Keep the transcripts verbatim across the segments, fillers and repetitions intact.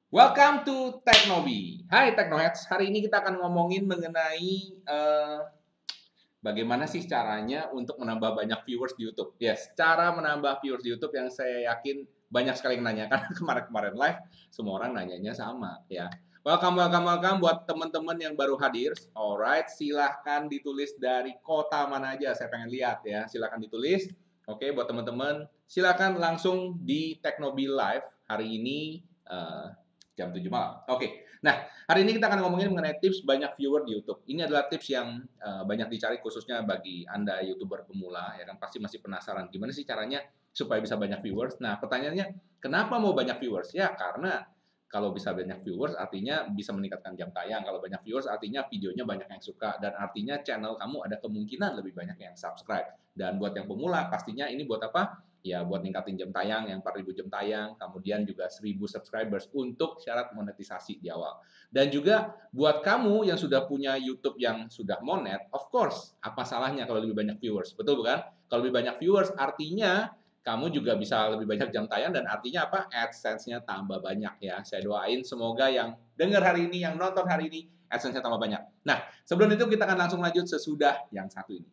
Welcome to Teknobi. Hai Teknoheads, hari ini kita akan ngomongin mengenai uh, bagaimana sih caranya untuk menambah banyak viewers di YouTube. Yes, cara menambah viewers di YouTube yang saya yakin banyak sekali yang nanya, karena kemarin-kemarin live semua orang nanyanya sama ya. Welcome, welcome, welcome buat teman-teman yang baru hadir. Alright, silahkan ditulis dari kota mana aja, saya pengen lihat ya. Silahkan ditulis. Oke, buat teman-teman, silahkan langsung di Teknobi Live hari ini. Uh, jam tujuh malam. Oke. Nah, hari ini kita akan ngomongin mengenai tips banyak viewer di YouTube. Ini adalah tips yang uh, banyak dicari khususnya bagi Anda YouTuber pemula ya kan, pasti masih penasaran gimana sih caranya supaya bisa banyak viewers. Nah, pertanyaannya, kenapa mau banyak viewers? Ya, karena kalau bisa banyak viewers artinya bisa meningkatkan jam tayang. Kalau banyak viewers artinya videonya banyak yang suka dan artinya channel kamu ada kemungkinan lebih banyak yang subscribe. Dan buat yang pemula pastinya ini buat apa? Ya buat ningkatin jam tayang yang empat ribu jam tayang, kemudian juga seribu subscribers untuk syarat monetisasi di awal. Dan juga buat kamu yang sudah punya YouTube yang sudah monet, of course, apa salahnya kalau lebih banyak viewers? Betul bukan? Kalau lebih banyak viewers artinya kamu juga bisa lebih banyak jam tayang dan artinya apa? AdSense-nya tambah banyak ya. Saya doain semoga yang dengar hari ini, yang nonton hari ini, AdSense-nya tambah banyak. Nah, sebelum itu kita akan langsung lanjut sesudah yang satu ini.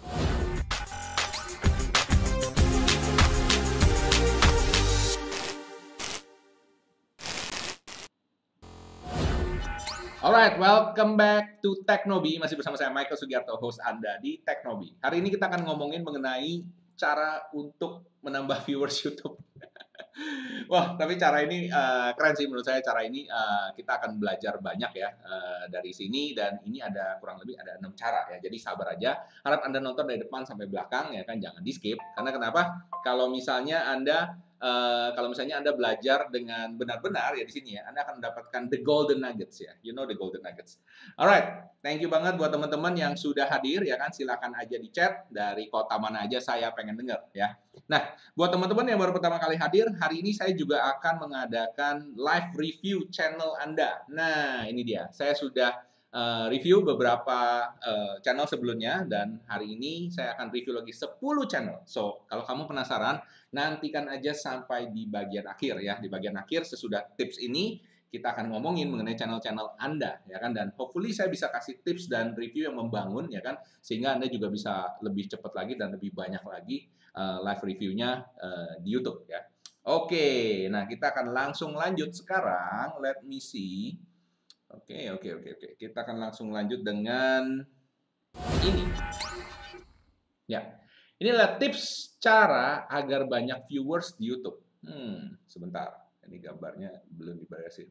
Alright, welcome back to Teknobi. Masih bersama saya Michael Sugiarto, host Anda di Teknobi. Hari ini kita akan ngomongin mengenai cara untuk menambah viewers YouTube. Wah, tapi cara ini uh, keren sih menurut saya. Cara ini uh, kita akan belajar banyak ya uh, dari sini, dan ini ada kurang lebih ada enam cara ya. Jadi sabar aja. Harap Anda nonton dari depan sampai belakang ya kan, jangan di-skip. Karena kenapa? Kalau misalnya Anda Uh, kalau misalnya Anda belajar dengan benar-benar ya di sini ya, Anda akan mendapatkan the golden nuggets ya. You know the golden nuggets. Alright, thank you banget buat teman-teman yang sudah hadir ya kan. Silakan aja di chat dari kota mana aja, saya pengen dengar ya. Nah, buat teman-teman yang baru pertama kali hadir, hari ini saya juga akan mengadakan live review channel Anda. Nah, ini dia. Saya sudah Uh, review beberapa uh, channel sebelumnya, dan hari ini saya akan review lagi sepuluh channel. So, kalau kamu penasaran, nantikan aja sampai di bagian akhir ya. Di bagian akhir sesudah tips ini, kita akan ngomongin mengenai channel-channel Anda ya kan, dan hopefully saya bisa kasih tips dan review yang membangun ya kan, sehingga Anda juga bisa lebih cepat lagi dan lebih banyak lagi uh, live reviewnya uh, di YouTube ya. Oke, nah kita akan langsung lanjut sekarang. Let me see. Oke, oke, oke, oke. Kita akan langsung lanjut dengan ini. Ya, inilah tips cara agar banyak viewers di YouTube. Hmm, sebentar. Ini gambarnya belum diberesin.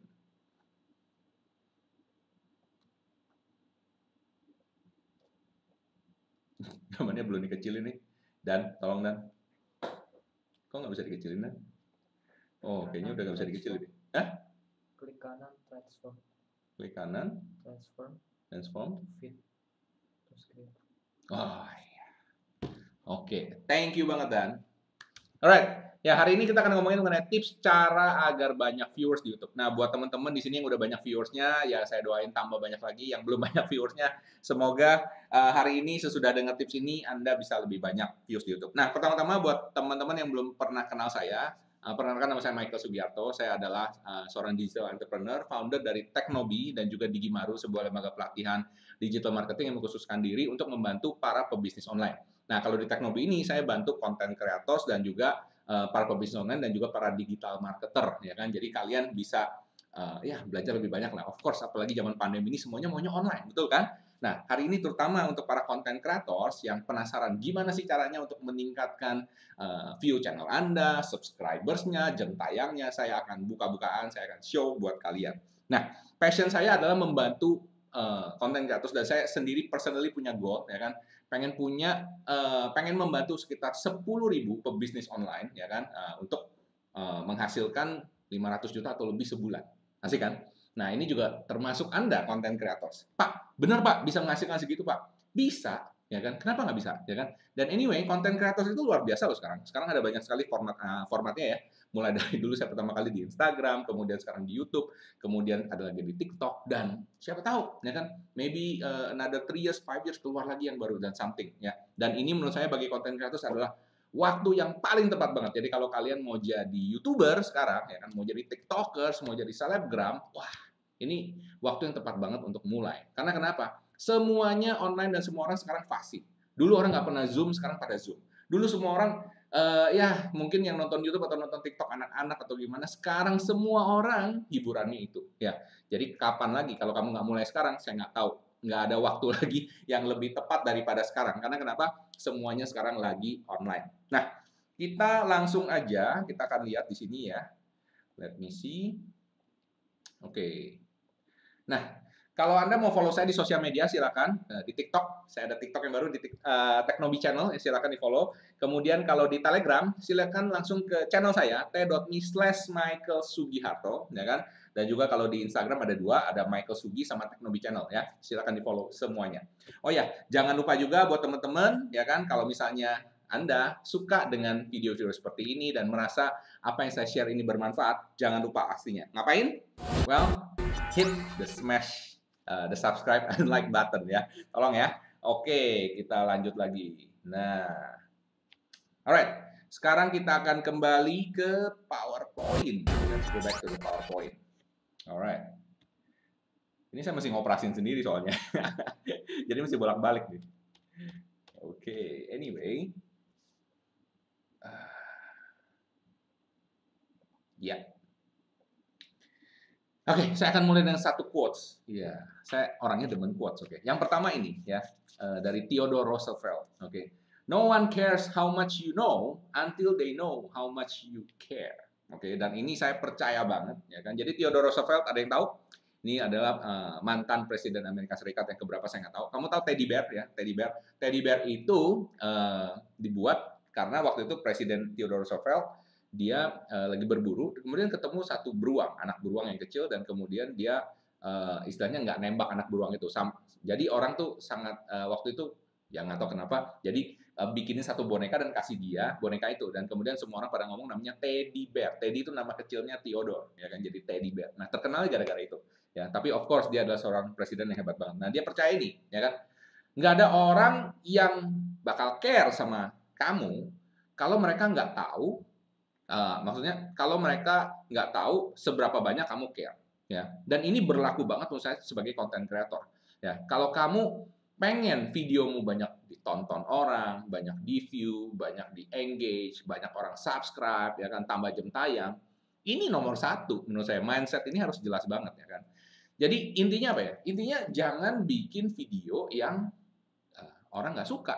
Gambarnya belum dikecilin nih. Dan, tolong Dan. Kok nggak bisa dikecilin Dan? Oh, kayaknya udah nggak bisa dikecilin. Hah? Klik kanan, transform. Klik kanan. Transform. Transform. Fit. Terus create. Oh iya. Oke, thank you banget Dan. Alright. Ya, hari ini kita akan ngomongin mengenai tips cara agar banyak viewers di YouTube. Nah, buat teman-teman di sini yang udah banyak viewersnya, ya saya doain tambah banyak lagi. Yang belum banyak viewersnya, semoga uh, hari ini sesudah dengar tips ini, Anda bisa lebih banyak views di YouTube. Nah, pertama-tama buat teman-teman yang belum pernah kenal saya, uh, perkenalkan nama saya Michael Sugiarto. Saya adalah uh, seorang digital entrepreneur, founder dari Teknobi dan juga Digimaru, sebuah lembaga pelatihan digital marketing yang mengkhususkan diri untuk membantu para pebisnis online. Nah, kalau di Teknobi ini saya bantu content creators dan juga uh, para pebisnis online dan juga para digital marketer ya kan. Jadi kalian bisa uh, ya belajar lebih banyak lah. Of course, apalagi zaman pandemi ini semuanya maunya online, betul kan? Nah, hari ini terutama untuk para content creators yang penasaran gimana sih caranya untuk meningkatkan uh, view channel Anda, subscribers-nya, jam tayangnya, saya akan buka-bukaan, saya akan show buat kalian. Nah, passion saya adalah membantu uh, content creators, dan saya sendiri personally punya goal ya kan, pengen punya uh, pengen membantu sekitar sepuluh ribu pebisnis online ya kan, uh, untuk uh, menghasilkan lima ratus juta atau lebih sebulan. Asik kan? Nah, ini juga termasuk Anda content creators. Pak, benar Pak, bisa menghasilkan segitu Pak? Bisa, ya kan? Kenapa nggak bisa, ya kan? Dan anyway, content creators itu luar biasa loh sekarang. Sekarang ada banyak sekali format uh, formatnya ya. Mulai dari dulu saya pertama kali di Instagram, kemudian sekarang di YouTube, kemudian ada lagi di TikTok, dan siapa tahu, ya kan? Maybe uh, another three years, five years keluar lagi yang baru dan something, ya. Dan ini menurut saya bagi content creators adalah waktu yang paling tepat banget. Jadi kalau kalian mau jadi YouTuber sekarang, ya kan, mau jadi TikTokers, mau jadi selebgram, wah, ini waktu yang tepat banget untuk mulai. Karena kenapa? Semuanya online dan semua orang sekarang fasih. Dulu orang nggak pernah Zoom, sekarang pada Zoom. Dulu semua orang, eh, ya mungkin yang nonton YouTube atau nonton TikTok anak-anak atau gimana, sekarang semua orang hiburannya itu. Ya, jadi kapan lagi kalau kamu nggak mulai sekarang, saya nggak tahu. Nggak ada waktu lagi yang lebih tepat daripada sekarang. Karena kenapa? Semuanya sekarang lagi online. Nah, kita langsung aja, kita akan lihat di sini ya. Let me see. Oke. Okay. Nah, kalau Anda mau follow saya di sosial media, silakan. Di TikTok, saya ada TikTok yang baru di uh, Teknobi Channel, silakan di follow. Kemudian kalau di Telegram, silakan langsung ke channel saya, t.me slash Michael Sugiharto, ya kan? Dan juga kalau di Instagram ada dua, ada Michael Sugi sama Teknobi Channel, ya. Silakan di follow semuanya. Oh ya, jangan lupa juga buat teman-teman, ya kan? Kalau misalnya Anda suka dengan video-video seperti ini dan merasa apa yang saya share ini bermanfaat, jangan lupa pastinya. Ngapain? Well, hit the smash uh, the subscribe and like button ya. Tolong ya. Oke, kita lanjut lagi. Nah, alright. Sekarang kita akan kembali ke PowerPoint. Let's go back to the PowerPoint. Alright. Ini saya masih ngoperasin sendiri soalnya. Jadi masih bolak-balik nih. Oke, anyway. Uh, ya. Yeah. Oke, okay, saya akan mulai dengan satu quotes. Iya, yeah, saya orangnya demen quotes. Oke, okay. Yang pertama ini ya uh, dari Theodore Roosevelt. Oke, okay. No one cares how much you know until they know how much you care. Oke, okay. Dan ini saya percaya banget, ya kan. Jadi Theodore Roosevelt ada yang tahu? Ini adalah uh, mantan Presiden Amerika Serikat yang keberapa saya nggak tahu. Kamu tahu Teddy Bear ya? Teddy Bear. Teddy Bear itu uh, dibuat karena waktu itu Presiden Theodore Roosevelt dia uh, lagi berburu, kemudian ketemu satu beruang, anak beruang yang kecil, dan kemudian dia uh, istilahnya nggak nembak anak beruang itu. Sam jadi orang tuh sangat uh, waktu itu ya nggak tahu kenapa, jadi uh, bikinin satu boneka dan kasih dia boneka itu, dan kemudian semua orang pada ngomong namanya Teddy Bear. Teddy itu nama kecilnya Theodore, ya kan, jadi Teddy Bear. Nah, terkenal gara-gara itu. Ya, tapi of course dia adalah seorang presiden yang hebat banget. Nah, dia percaya ini, ya kan, nggak ada orang yang bakal care sama kamu kalau mereka nggak tahu. Uh, maksudnya kalau mereka nggak tahu seberapa banyak kamu care, ya. Dan ini berlaku banget menurut saya sebagai content creator, ya. Kalau kamu pengen videomu banyak ditonton orang, banyak di view, banyak di engage, banyak orang subscribe, ya kan, tambah jam tayang, ini nomor satu menurut saya. Mindset ini harus jelas banget, ya kan. Jadi intinya apa ya? Intinya jangan bikin video yang orang nggak suka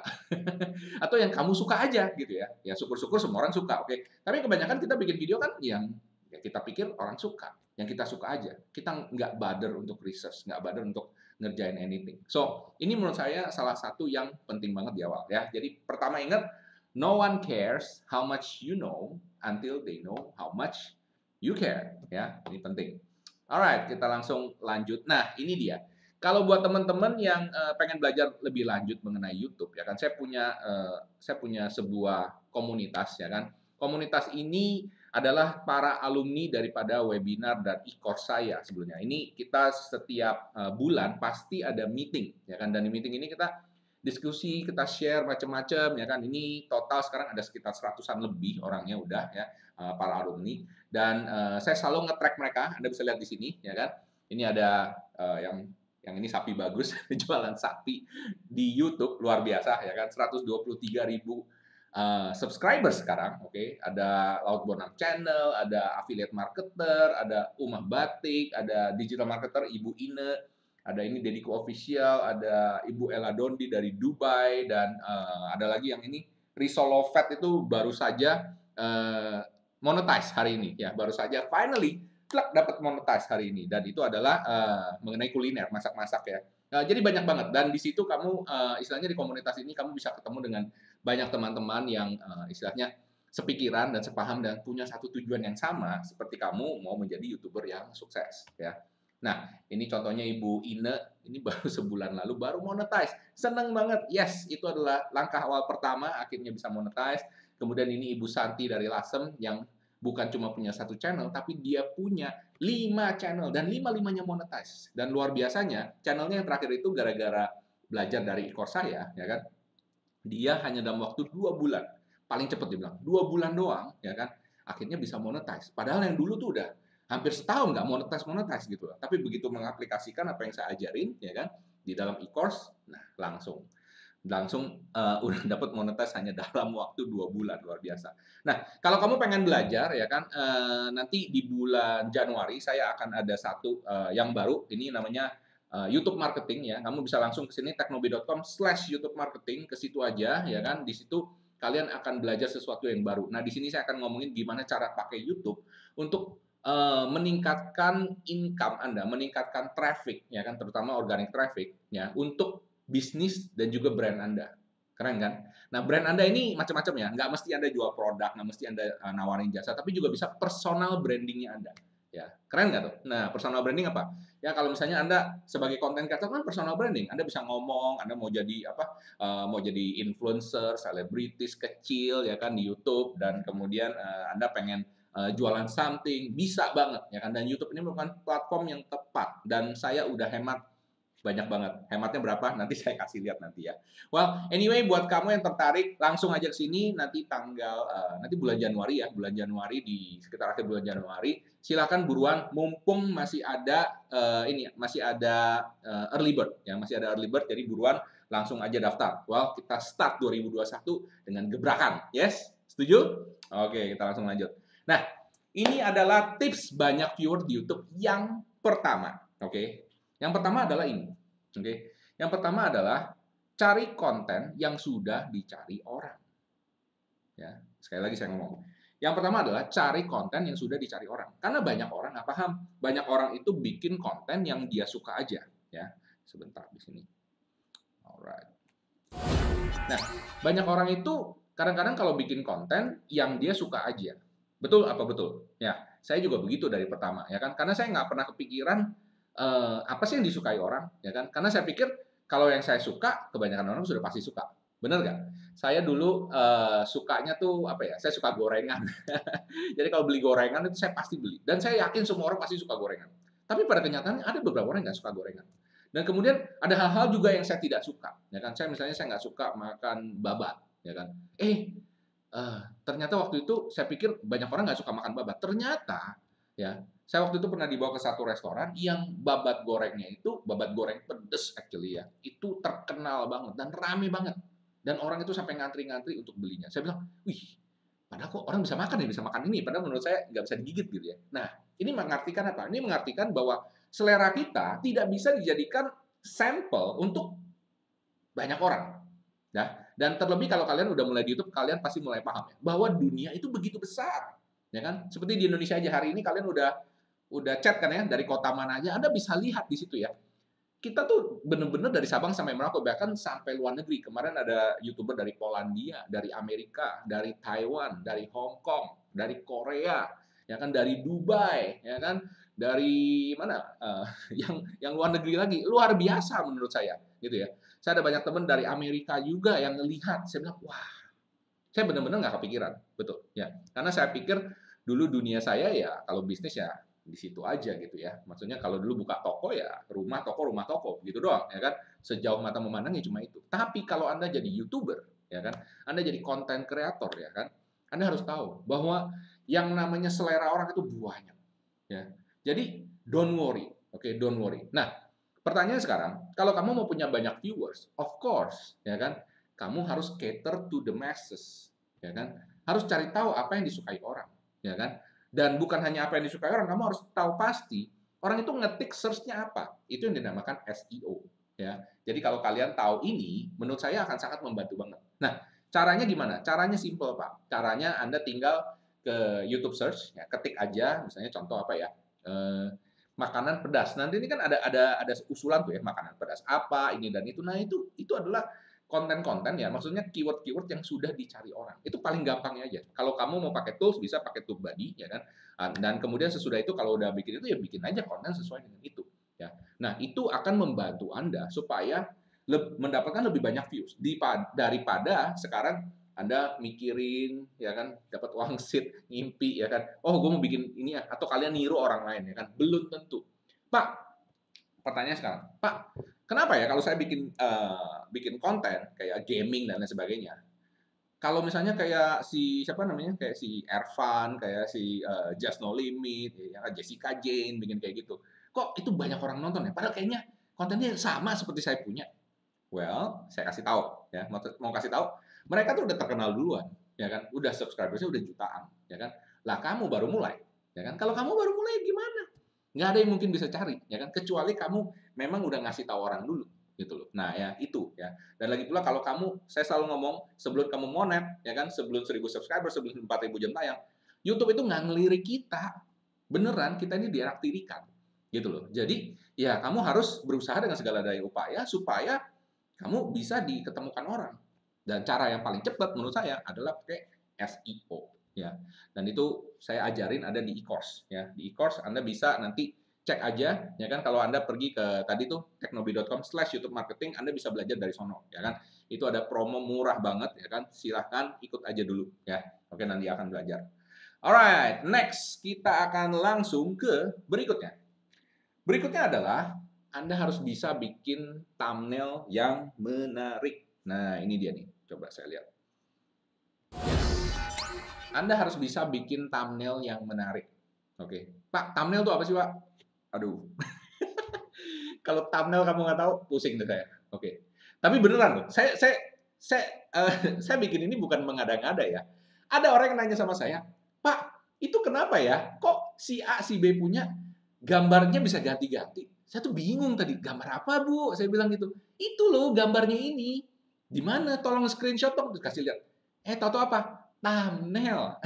atau yang kamu suka aja gitu ya. Ya syukur-syukur semua orang suka, oke. Okay? Tapi kebanyakan kita bikin video kan yang ya kita pikir orang suka, yang kita suka aja. Kita nggak bother untuk research, nggak bother untuk ngerjain anything. So, ini menurut saya salah satu yang penting banget di awal ya. Jadi pertama ingat, no one cares how much you know until they know how much you care, ya. Ini penting. Alright, kita langsung lanjut. Nah, ini dia. Kalau buat teman-teman yang uh, pengen belajar lebih lanjut mengenai YouTube, ya kan, saya punya uh, saya punya sebuah komunitas, ya kan. Komunitas ini adalah para alumni daripada webinar dan e-course saya sebelumnya. Ini kita setiap uh, bulan pasti ada meeting, ya kan. Dan di meeting ini kita diskusi, kita share macam-macam, ya kan. Ini total sekarang ada sekitar seratusan lebih orangnya udah ya, uh, para alumni. Dan uh, saya selalu nge-track mereka. Anda bisa lihat di sini, ya kan. Ini ada uh, yang yang ini sapi bagus, jualan sapi di YouTube, luar biasa ya kan, seratus dua puluh tiga ribu uh, subscribers sekarang, oke. Okay? Ada Laut Bonang Channel, ada affiliate marketer, ada Umah Batik, ada digital marketer Ibu Ine, ada ini Dediko Official, ada Ibu Ella Dondi dari Dubai, dan uh, ada lagi yang ini Risolofet itu baru saja uh, monetize hari ini ya, baru saja finally plak dapat monetize hari ini, dan itu adalah uh, mengenai kuliner, masak-masak ya. Uh, jadi banyak banget, dan di situ kamu uh, istilahnya di komunitas ini kamu bisa ketemu dengan banyak teman-teman yang uh, istilahnya sepikiran dan sepaham dan punya satu tujuan yang sama seperti kamu mau menjadi YouTuber yang sukses ya. Nah, ini contohnya Ibu Ine, ini baru sebulan lalu baru monetize. Seneng banget. Yes, itu adalah langkah awal pertama akhirnya bisa monetize. Kemudian ini Ibu Santi dari Lasem yang bukan cuma punya satu channel, tapi dia punya lima channel, dan lima-limanya monetize. Dan luar biasanya, channelnya yang terakhir itu gara-gara belajar dari e-course saya, ya kan, dia hanya dalam waktu dua bulan paling cepet dia bilang dua bulan doang, ya kan, akhirnya bisa monetize. Padahal yang dulu tuh udah hampir setahun nggak monetize monetize gitu loh. Tapi begitu mengaplikasikan apa yang saya ajarin, ya kan, di dalam e-course, nah langsung langsung uh, udah dapat monetize hanya dalam waktu dua bulan, luar biasa. Nah, kalau kamu pengen belajar ya kan, uh, nanti di bulan Januari saya akan ada satu uh, yang baru, ini namanya uh, YouTube Marketing ya. Kamu bisa langsung ke sini teknobi dot com slash YouTube Marketing, ke situ aja ya kan. Di situ kalian akan belajar sesuatu yang baru. Nah, di sini saya akan ngomongin gimana cara pakai YouTube untuk uh, meningkatkan income Anda, meningkatkan traffic ya kan, terutama organic traffic ya, untuk bisnis dan juga brand Anda. Keren kan? Nah, brand Anda ini macam-macam ya. Nggak mesti Anda jual produk, nggak mesti Anda uh, nawarin jasa, tapi juga bisa personal brandingnya Anda. Ya, keren nggak tuh? Nah, personal branding apa? Ya, kalau misalnya Anda sebagai content creator kan personal branding. Anda bisa ngomong, Anda mau jadi apa? Uh, mau jadi influencer, selebritis kecil ya kan di YouTube, dan kemudian uh, Anda pengen uh, jualan something, bisa banget ya kan. Dan YouTube ini merupakan platform yang tepat, dan saya udah hemat banyak banget. Hematnya berapa? Nanti saya kasih lihat nanti ya. Well, anyway, buat kamu yang tertarik, langsung aja ke sini nanti tanggal uh, nanti bulan Januari ya, bulan Januari, di sekitar akhir bulan Januari. Silakan buruan, mumpung masih ada uh, ini masih ada uh, early bird ya, masih ada early bird, jadi buruan langsung aja daftar. Well, kita start dua ribu dua puluh satu dengan gebrakan. Yes? Setuju? Oke, kita langsung lanjut. Nah, ini adalah tips banyak viewer di YouTube yang pertama. Oke. Yang pertama adalah ini. Oke. Okay? Yang pertama adalah cari konten yang sudah dicari orang. Ya, sekali lagi saya ngomong. Yang pertama adalah cari konten yang sudah dicari orang. Karena banyak orang nggak paham. Banyak orang itu bikin konten yang dia suka aja. Ya, sebentar di sini. Alright. Nah, banyak orang itu kadang-kadang kalau bikin konten yang dia suka aja. Betul apa betul? Ya, saya juga begitu dari pertama, ya kan? Karena saya nggak pernah kepikiran uh, apa sih yang disukai orang, ya kan? Karena saya pikir kalau yang saya suka, kebanyakan orang sudah pasti suka. Bener nggak? Saya dulu uh, sukanya tuh apa ya? Saya suka gorengan. Jadi kalau beli gorengan itu saya pasti beli. Dan saya yakin semua orang pasti suka gorengan. Tapi pada kenyataannya ada beberapa orang yang nggak suka gorengan. Dan kemudian ada hal-hal juga yang saya tidak suka, ya kan? Saya misalnya saya nggak suka makan babat, ya kan? Eh, uh, ternyata waktu itu saya pikir banyak orang nggak suka makan babat. Ternyata, ya, saya waktu itu pernah dibawa ke satu restoran yang babat gorengnya itu babat goreng pedes actually ya, itu terkenal banget dan rame banget. Dan orang itu sampai ngantri-ngantri untuk belinya. Saya bilang, wih, padahal kok orang bisa makan ya, bisa makan ini. Padahal menurut saya nggak bisa digigit gitu ya. Nah, ini mengartikan apa? Ini mengartikan bahwa selera kita tidak bisa dijadikan sampel untuk banyak orang. Ya. Dan terlebih kalau kalian udah mulai di YouTube, kalian pasti mulai paham ya, bahwa dunia itu begitu besar. Ya kan? Seperti di Indonesia aja hari ini kalian udah udah chat kan ya, dari kota mana aja Anda bisa lihat di situ ya. Kita tuh bener-bener dari Sabang sampai Merauke, bahkan sampai luar negeri. Kemarin ada YouTuber dari Polandia, dari Amerika, dari Taiwan, dari Hong Kong, dari Korea, ya kan, dari Dubai, ya kan, dari mana? Uh, yang yang luar negeri lagi. Luar biasa menurut saya, gitu ya. Saya ada banyak teman dari Amerika juga yang ngelihat. Saya bilang, wah, saya benar-benar nggak kepikiran, betul, ya. Karena saya pikir dulu dunia saya ya kalau bisnis ya di situ aja gitu ya. Maksudnya kalau dulu buka toko ya rumah toko rumah toko gitu doang ya kan. Sejauh mata memandang ya cuma itu. Tapi kalau Anda jadi YouTuber ya kan, Anda jadi content creator ya kan, Anda harus tahu bahwa yang namanya selera orang itu banyak ya. Jadi don't worry, oke, okay? Don't worry. Nah, pertanyaan sekarang, kalau kamu mau punya banyak viewers, of course ya kan, kamu harus cater to the masses ya kan. Harus cari tahu apa yang disukai orang ya kan. Dan bukan hanya apa yang disukai orang, kamu harus tahu pasti orang itu ngetik search-nya apa. Itu yang dinamakan S E O. Ya. Jadi kalau kalian tahu ini, menurut saya akan sangat membantu banget. Nah, caranya gimana? Caranya simple, Pak. Caranya Anda tinggal ke YouTube search, ya, ketik aja, misalnya contoh apa ya, eh, makanan pedas. Nanti ini kan ada ada ada usulan tuh ya, makanan pedas apa, ini dan itu. Nah itu itu adalah konten-konten ya, maksudnya keyword-keyword yang sudah dicari orang. Itu paling gampangnya aja. Kalau kamu mau pakai tools, bisa pakai TubeBuddy, ya kan? Dan kemudian sesudah itu kalau udah bikin itu, ya bikin aja konten sesuai dengan itu. Ya. Nah, itu akan membantu Anda supaya mendapatkan lebih banyak views daripada sekarang Anda mikirin, ya kan, dapat wangsit, ngimpi, ya kan? Oh, gue mau bikin ini ya, atau kalian niru orang lain, ya kan? Belum tentu. Pak, pertanyaan sekarang, Pak, kenapa ya kalau saya bikin uh, bikin konten kayak gaming dan lain sebagainya, kalau misalnya kayak si siapa namanya kayak si Ervan, kayak si eh, Just No Limit, ya kan, Jessica Jane bikin kayak gitu. Kok itu banyak orang nonton ya? Padahal kayaknya kontennya sama seperti saya punya. Well, saya kasih tahu ya, mau, mau kasih tahu, mereka tuh udah terkenal duluan, ya kan? Udah subscribersnya udah jutaan, ya kan? Lah kamu baru mulai, ya kan? Kalau kamu baru mulai gimana? Nggak ada yang mungkin bisa cari, ya kan? Kecuali kamu memang udah ngasih tahu orang dulu, gitu loh. Nah, ya itu ya. Dan lagi pula kalau kamu, saya selalu ngomong sebelum kamu monet, ya kan? Sebelum seribu subscriber, sebelum empat ribu jam tayang, YouTube itu nggak ngelirik kita. Beneran, kita ini diaktirikan, gitu loh. Jadi, ya kamu harus berusaha dengan segala daya upaya supaya kamu bisa diketemukan orang. Dan cara yang paling cepat menurut saya adalah pakai S E O ya. Dan itu saya ajarin ada di e-course ya. Di e-course Anda bisa nanti cek aja ya kan, kalau Anda pergi ke tadi tuh teknobi dot com slash youtube marketing, Anda bisa belajar dari sono ya kan. Itu ada promo murah banget ya kan. Silahkan ikut aja dulu ya. Oke, nanti akan belajar. Alright, next kita akan langsung ke berikutnya. Berikutnya adalah Anda harus bisa bikin thumbnail yang menarik. Nah, ini dia nih. Coba saya lihat. Anda harus bisa bikin thumbnail yang menarik. Oke. Pak, thumbnail itu apa sih, Pak? Aduh. Kalau thumbnail kamu nggak tahu, pusing deh saya. Oke. Tapi beneran loh. Saya saya saya uh, saya bikin ini bukan mengada-ngada ya. Ada orang yang nanya sama saya, "Pak, itu kenapa ya? Kok si A, si B punya gambarnya bisa ganti-ganti?" Saya tuh bingung tadi, gambar apa Bu? Saya bilang gitu. Itu loh gambarnya ini. Di mana? Tolong screenshot dong. Terus kasih lihat. Eh, tahu-tahu apa? Thumbnail.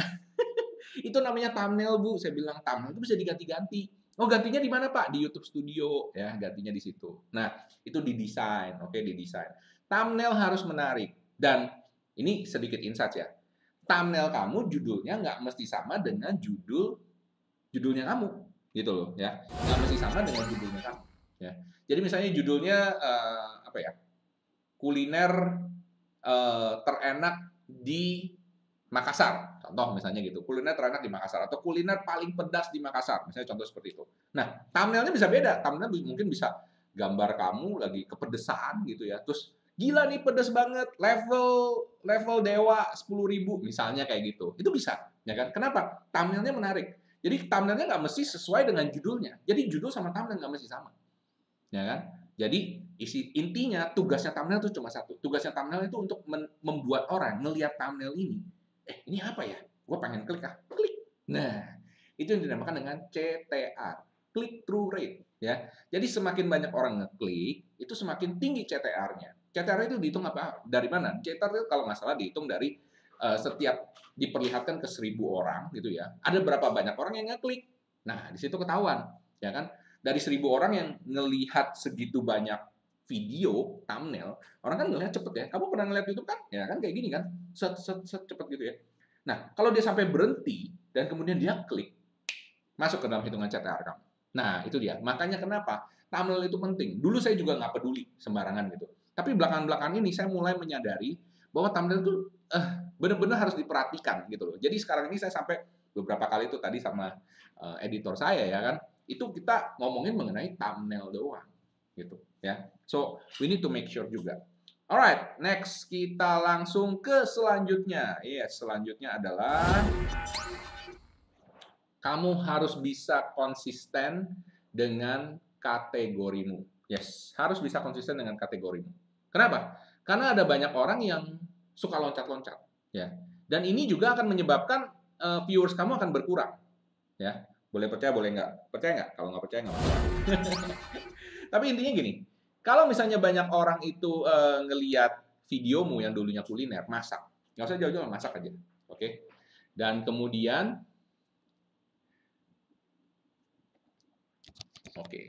Itu namanya thumbnail Bu. Saya bilang thumbnail itu bisa diganti-ganti. Oh, gantinya di mana Pak? Di YouTube Studio. Ya, gantinya di situ. Nah, itu didesain. Oke, didesain. Thumbnail harus menarik. Dan ini sedikit insight ya. Thumbnail kamu judulnya nggak mesti sama dengan judul judulnya kamu. Gitu loh ya, nggak mesti sama dengan judulnya kamu ya. Jadi misalnya judulnya uh, apa ya, kuliner uh, terenak di Makassar, contoh misalnya gitu, kuliner terenak di Makassar, atau kuliner paling pedas di Makassar, misalnya contoh seperti itu. Nah, thumbnailnya bisa beda, thumbnail mungkin bisa gambar kamu lagi kepedesan gitu ya, terus gila nih pedes banget, level level dewa sepuluh ribu misalnya kayak gitu, itu bisa ya kan. Kenapa? Thumbnailnya menarik. Jadi thumbnailnya nggak mesti sesuai dengan judulnya. Jadi judul sama thumbnail nggak mesti sama, ya kan? Jadi isi intinya tugasnya thumbnail itu cuma satu. Tugasnya thumbnail itu untuk membuat orang ngelihat thumbnail ini, eh ini apa ya? Gue pengen klik ah, klik. Nah, itu yang dinamakan dengan C T R, click through rate, ya. Jadi semakin banyak orang ngeklik, itu semakin tinggi C T R-nya. C T R itu dihitung apa? Dari mana? C T R itu kalau nggak salah dihitung dari uh, setiap diperlihatkan ke seribu orang gitu ya, ada berapa banyak orang yang ngeklik. Nah, di situ ketahuan, ya kan? Dari seribu orang yang ngelihat segitu banyak video thumbnail, orang kan ngelihat cepet ya. Kamu pernah ngelihat YouTube kan? Ya kan kayak gini kan, set set set cepet gitu ya. Nah, kalau dia sampai berhenti dan kemudian dia klik, masuk ke dalam hitungan C T R kamu. Nah, itu dia. Makanya kenapa thumbnail itu penting. Dulu saya juga nggak peduli sembarangan gitu. Tapi belakangan-belakangan ini saya mulai menyadari bahwa thumbnail itu eh, benar-benar harus diperhatikan gitu loh. Jadi sekarang ini saya sampai beberapa kali itu tadi sama uh, editor saya ya kan, itu kita ngomongin mengenai thumbnail doang gitu ya. So we need to make sure juga. Alright, next kita langsung ke selanjutnya. Yes, selanjutnya adalah kamu harus bisa konsisten dengan kategorimu. Yes, harus bisa konsisten dengan kategorimu. Kenapa? Karena ada banyak orang yang suka loncat-loncat, ya. Dan ini juga akan menyebabkan uh, viewers kamu akan berkurang, ya. Boleh percaya, boleh nggak? Percaya nggak? Kalau nggak percaya nggak masalah. Tapi intinya gini, kalau misalnya banyak orang itu uh, ngelihat videomu yang dulunya kuliner, masak, nggak usah jauh-jauh, masak aja, oke? Okay? Dan kemudian, oke, okay.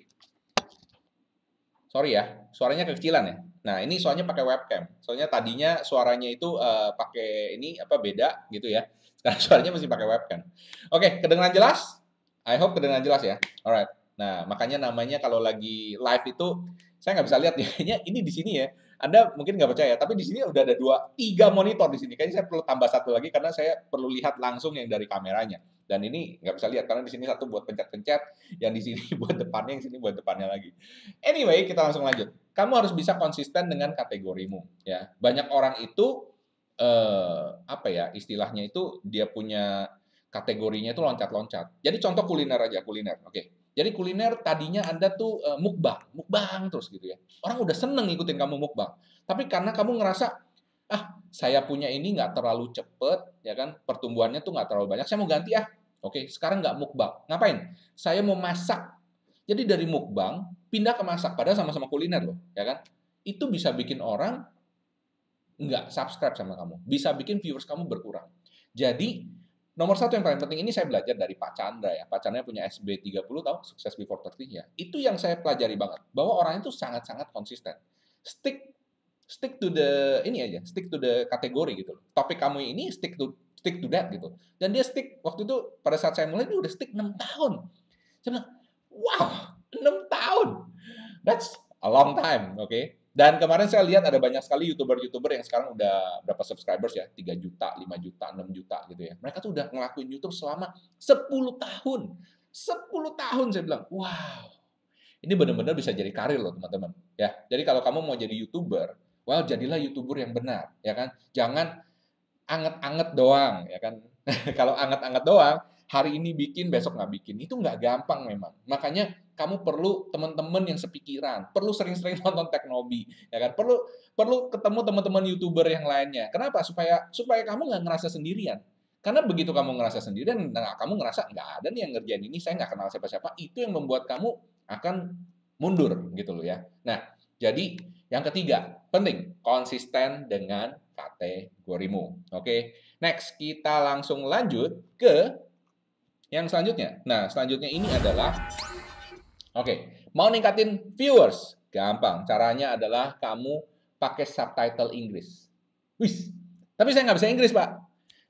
Sorry ya, suaranya kekecilan ya. Nah, ini soalnya pakai webcam. Soalnya tadinya suaranya itu uh, pakai ini apa beda gitu ya. Sekarang suaranya masih pakai webcam. Oke, kedengaran jelas? I hope kedengaran jelas ya. Alright. Nah, makanya namanya kalau lagi live itu saya nggak bisa lihat ya. Ini di sini ya. Anda mungkin nggak percaya, tapi di sini udah ada dua, tiga monitor di sini. Kayaknya saya perlu tambah satu lagi karena saya perlu lihat langsung yang dari kameranya. Dan ini nggak bisa lihat karena di sini satu buat pencet-pencet, yang di sini buat depannya, yang sini buat depannya lagi. Anyway, kita langsung lanjut. Kamu harus bisa konsisten dengan kategorimu. Ya, banyak orang itu eh, apa ya istilahnya itu dia punya kategorinya itu loncat-loncat. Jadi contoh kuliner aja, kuliner. Oke. Jadi kuliner tadinya Anda tuh eh, mukbang, mukbang terus gitu ya. Orang udah seneng ngikutin kamu mukbang. Tapi karena kamu ngerasa, ah saya punya ini nggak terlalu cepet, ya kan, pertumbuhannya tuh nggak terlalu banyak, saya mau ganti ah. Oke, sekarang nggak mukbang. Ngapain? Saya mau masak. Jadi dari mukbang, pindah ke masak. Padahal sama-sama kuliner loh, ya kan. Itu bisa bikin orang nggak subscribe sama kamu. Bisa bikin viewers kamu berkurang. Jadi, nomor satu yang paling penting ini saya belajar dari Pak Chandra ya. Pak Chandra punya S B tiga puluh, tahu? Success Before tiga puluh ya. Itu yang saya pelajari banget. Bahwa orang itu sangat-sangat konsisten. Stick stick to the ini aja, stick to the kategori gitu loh. Topik kamu ini stick to stick to that gitu. Dan dia stick waktu itu pada saat saya mulai dia udah stick enam tahun. Saya bilang, wow, enam tahun. That's a long time, oke? Okay? Dan kemarin saya lihat ada banyak sekali YouTuber-YouTuber yang sekarang udah berapa subscribers ya? tiga juta, lima juta, enam juta gitu ya. Mereka tuh udah ngelakuin YouTube selama sepuluh tahun. sepuluh tahun saya bilang, wow. Ini benar-benar bisa jadi karir loh, teman-teman. Ya. Jadi kalau kamu mau jadi YouTuber, well, jadilah YouTuber yang benar, ya kan? Jangan anget-anget doang, ya kan? Kalau anget-anget doang, hari ini bikin, besok nggak bikin. Itu nggak gampang memang. Makanya kamu perlu teman-teman yang sepikiran, perlu sering-sering nonton Teknobi, ya kan? Perlu perlu ketemu teman-teman YouTuber yang lainnya. Kenapa? Supaya supaya kamu nggak ngerasa sendirian. Karena begitu kamu ngerasa sendirian, nah, kamu ngerasa nggak ada nih yang ngerjain ini, saya nggak kenal siapa-siapa, itu yang membuat kamu akan mundur gitu loh ya. Nah, jadi yang ketiga, penting, konsisten dengan kategorimu. Oke, next kita langsung lanjut ke yang selanjutnya. Nah, selanjutnya ini adalah, oke, mau ningkatin viewers, gampang. Caranya adalah kamu pakai subtitle Inggris. Wih, tapi saya nggak bisa Inggris, Pak.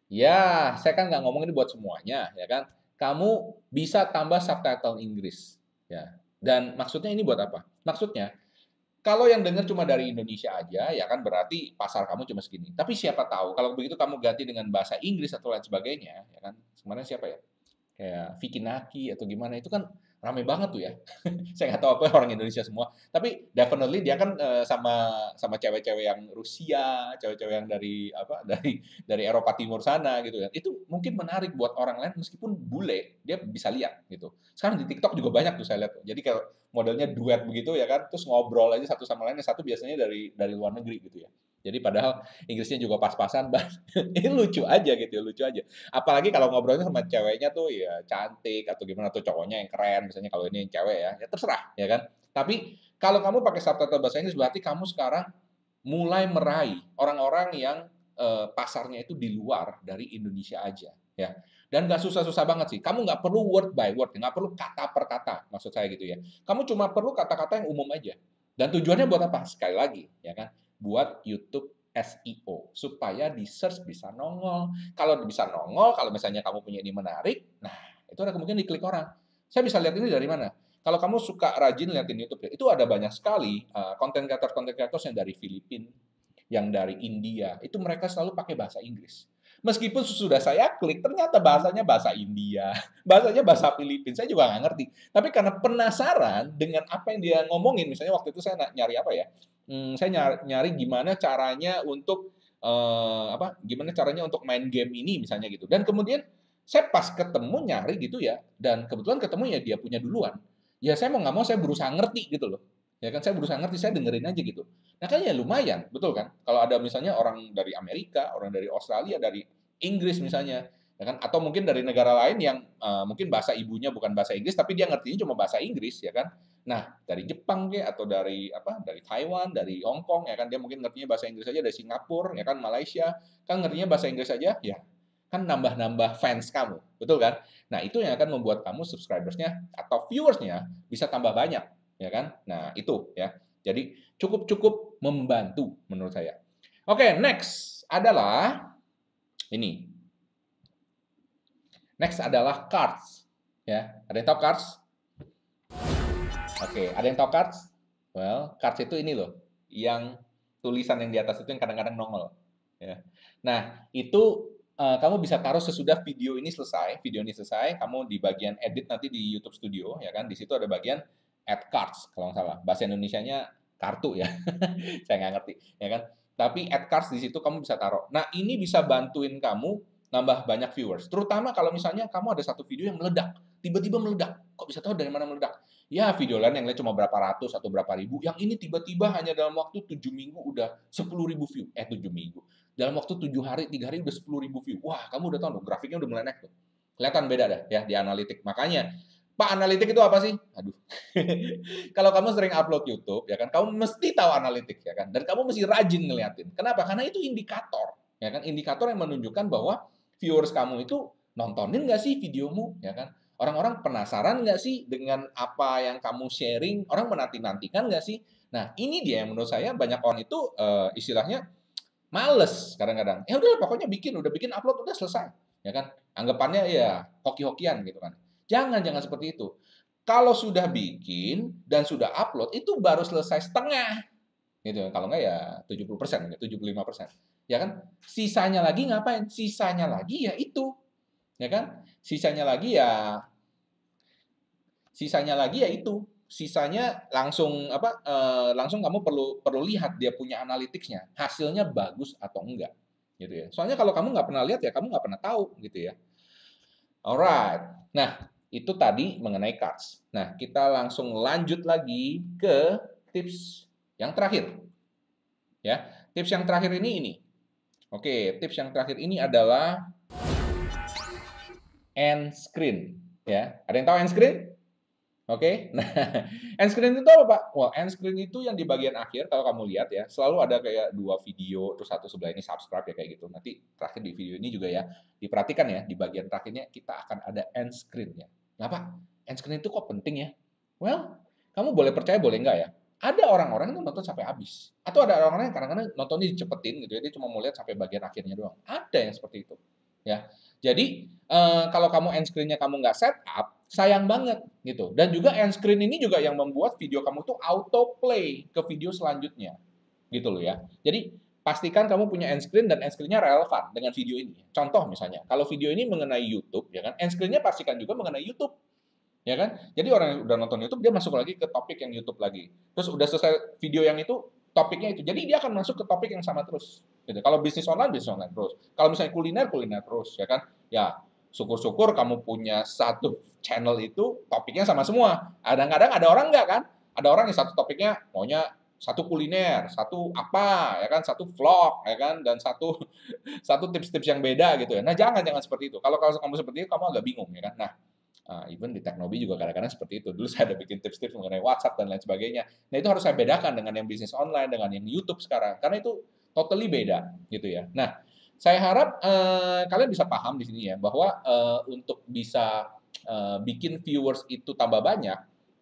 Ya, saya kan nggak ngomong ini buat semuanya, ya kan? Kamu bisa tambah subtitle Inggris, ya. Dan maksudnya ini buat apa? Maksudnya, kalau yang dengar cuma dari Indonesia aja, ya kan berarti pasar kamu cuma segini. Tapi siapa tahu, kalau begitu kamu ganti dengan bahasa Inggris atau lain sebagainya, ya kan? Kemarin siapa ya? Kayak Vicky Naki atau gimana, itu kan rame banget tuh ya. Saya nggak tahu apa orang Indonesia semua, tapi definitely dia kan eh, sama sama cewek-cewek yang Rusia, cewek-cewek yang dari apa dari dari Eropa Timur sana gitu kan. Itu mungkin menarik buat orang lain meskipun bule, dia bisa lihat gitu. Sekarang di TikTok juga banyak tuh saya lihat. Jadi kalau modelnya duet begitu ya kan, terus ngobrol aja satu sama lain, yang satu biasanya dari dari luar negeri gitu ya. Jadi padahal Inggrisnya juga pas-pasan, ini lucu aja gitu ya, lucu aja. Apalagi kalau ngobrolnya sama ceweknya tuh ya cantik atau gimana, atau cowoknya yang keren, misalnya kalau ini yang cewek ya, ya terserah, ya kan. Tapi kalau kamu pakai subtitle bahasa Inggris, berarti kamu sekarang mulai meraih orang-orang yang eh, pasarnya itu di luar dari Indonesia aja, ya. Dan nggak susah-susah banget sih. Kamu nggak perlu word by word, nggak perlu kata per kata, maksud saya gitu ya. Kamu cuma perlu kata-kata yang umum aja. Dan tujuannya buat apa? Sekali lagi, ya kan? Buat YouTube S E O supaya di search bisa nongol. Kalau bisa nongol, kalau misalnya kamu punya ini menarik, nah itu ada kemungkinan diklik orang. Saya bisa lihat ini dari mana? Kalau kamu suka rajin liatin YouTube, itu ada banyak sekali konten uh, kreator-konten kreator yang dari Filipina, yang dari India, itu mereka selalu pakai bahasa Inggris. Meskipun sudah saya klik, ternyata bahasanya bahasa India, bahasanya bahasa Filipina, saya juga nggak ngerti. Tapi karena penasaran dengan apa yang dia ngomongin, misalnya waktu itu saya nyari apa ya, hmm, saya nyari, nyari gimana caranya untuk uh, apa, gimana caranya untuk main game ini misalnya gitu. Dan kemudian saya pas ketemu nyari gitu ya, dan kebetulan ketemu ya dia punya duluan. Ya saya mau nggak mau saya berusaha ngerti gitu loh. Ya kan saya berusaha ngerti, saya dengerin aja gitu. Nah kan ya lumayan, betul kan? Kalau ada misalnya orang dari Amerika, orang dari Australia, dari Inggris misalnya, ya kan? Atau mungkin dari negara lain yang uh, mungkin bahasa ibunya bukan bahasa Inggris, tapi dia ngertinya cuma bahasa Inggris, ya kan? Nah dari Jepang ke atau dari apa? Dari Taiwan, dari Hong Kong, ya kan? Dia mungkin ngertinya bahasa Inggris aja, dari Singapura, ya kan? Malaysia, kan ngertinya bahasa Inggris aja, ya kan nambah-nambah fans kamu, betul kan? Nah itu yang akan membuat kamu subscribersnya atau viewersnya bisa tambah banyak, ya kan? Nah itu ya. Jadi cukup-cukup membantu menurut saya. Oke, okay, next adalah ini. Next adalah cards. Ya, ada yang tahu cards? Oke, okay, ada yang tahu cards? Well, cards itu ini loh, yang tulisan yang di atas itu yang kadang-kadang nongol. Ya. Nah, itu uh, kamu bisa taruh sesudah video ini selesai. Video ini selesai, kamu di bagian edit nanti di YouTube Studio, ya kan? Di situ ada bagian add cards, kalau nggak salah. Bahasa Indonesianya kartu ya. Saya nggak ngerti, ya kan? Tapi AdCards di situ kamu bisa taruh. Nah, ini bisa bantuin kamu nambah banyak viewers. Terutama kalau misalnya kamu ada satu video yang meledak. Tiba-tiba meledak. Kok bisa tahu dari mana meledak? Ya, video lain yang lain cuma berapa ratus atau berapa ribu. Yang ini tiba-tiba hanya dalam waktu tujuh minggu udah sepuluh ribu view. Eh, tujuh minggu. Dalam waktu tujuh hari, tiga hari udah sepuluh ribu view. Wah, kamu udah tahu dong, grafiknya udah mulai naik tuh. Kelihatan beda dah ya di analitik. Makanya, Pak, analitik itu apa sih? Aduh. Kalau kamu sering upload YouTube, ya kan, kamu mesti tahu analitik, ya kan, dan kamu mesti rajin ngeliatin. Kenapa? Karena itu indikator, ya kan, indikator yang menunjukkan bahwa viewers kamu itu nontonin nggak sih videomu, ya kan? Orang-orang penasaran nggak sih dengan apa yang kamu sharing? Orang menanti-nantikan nggak sih? Nah, ini dia yang menurut saya banyak orang itu uh, istilahnya males kadang-kadang. Ya udah, pokoknya bikin, udah bikin upload udah selesai, ya kan? Anggapannya ya hoki-hokian gitu kan. Jangan, jangan seperti itu. Kalau sudah bikin dan sudah upload, itu baru selesai setengah. Gitu. Kalau enggak ya tujuh puluh persen, tujuh puluh lima persen. Ya kan? Sisanya lagi ngapain? Sisanya lagi ya itu. Ya kan? Sisanya lagi ya sisanya lagi ya itu. Sisanya langsung apa? Eh, langsung kamu perlu perlu lihat dia punya analytics-nya. Hasilnya bagus atau enggak. Gitu ya. Soalnya kalau kamu nggak pernah lihat ya kamu nggak pernah tahu gitu ya. Alright. Nah, itu tadi mengenai cards. Nah, kita langsung lanjut lagi ke tips yang terakhir. Ya, tips yang terakhir ini ini. Oke, tips yang terakhir ini adalah end screen. Ya, ada yang tahu end screen? Oke, nah end screen itu apa, Pak? Wah, end screen itu yang di bagian akhir, kalau kamu lihat ya, selalu ada kayak dua video, terus satu sebelah ini subscribe ya kayak gitu. Nanti terakhir di video ini juga ya, diperhatikan ya, di bagian terakhirnya kita akan ada end screen-nya. Nah, Pak, end screen itu kok penting ya? Well, kamu boleh percaya, boleh enggak ya? Ada orang-orang yang nonton sampai habis. Atau ada orang-orang yang kadang-kadang nontonnya dicepetin gitu ya, dia cuma mau lihat sampai bagian akhirnya doang. Ada yang seperti itu. Ya, jadi eh, kalau kamu end screen-nya kamu nggak set up, sayang banget gitu. Dan juga end screen ini juga yang membuat video kamu tuh auto play ke video selanjutnya. Gitu loh ya. Jadi pastikan kamu punya end screen dan end screen-nya relevan dengan video ini. Contoh misalnya, kalau video ini mengenai YouTube, ya kan, end screen-nya pastikan juga mengenai YouTube. Ya kan? Jadi orang yang udah nonton YouTube dia masuk lagi ke topik yang YouTube lagi. Terus udah selesai video yang itu, topiknya itu. Jadi dia akan masuk ke topik yang sama terus. Gitu. Kalau bisnis online, bisnis online terus. Kalau misalnya kuliner, kuliner terus, ya kan? Ya, syukur-syukur kamu punya satu channel itu topiknya sama semua. Kadang-kadang ada orang enggak kan? Ada orang yang satu topiknya maunya satu kuliner, satu apa, ya kan? Satu vlog, ya kan? Dan satu satu tips-tips yang beda gitu ya. Nah, jangan jangan seperti itu. Kalau kalau kamu seperti itu kamu agak bingung, ya kan? Nah, Uh, even di Teknobi juga kadang-kadang seperti itu. Dulu saya ada bikin tips-tips mengenai WhatsApp dan lain sebagainya. Nah, itu harus saya bedakan dengan yang bisnis online, dengan yang YouTube sekarang. Karena itu totally beda, gitu ya. Nah, saya harap uh, kalian bisa paham di sini ya, bahwa uh, untuk bisa uh, bikin viewers itu tambah banyak,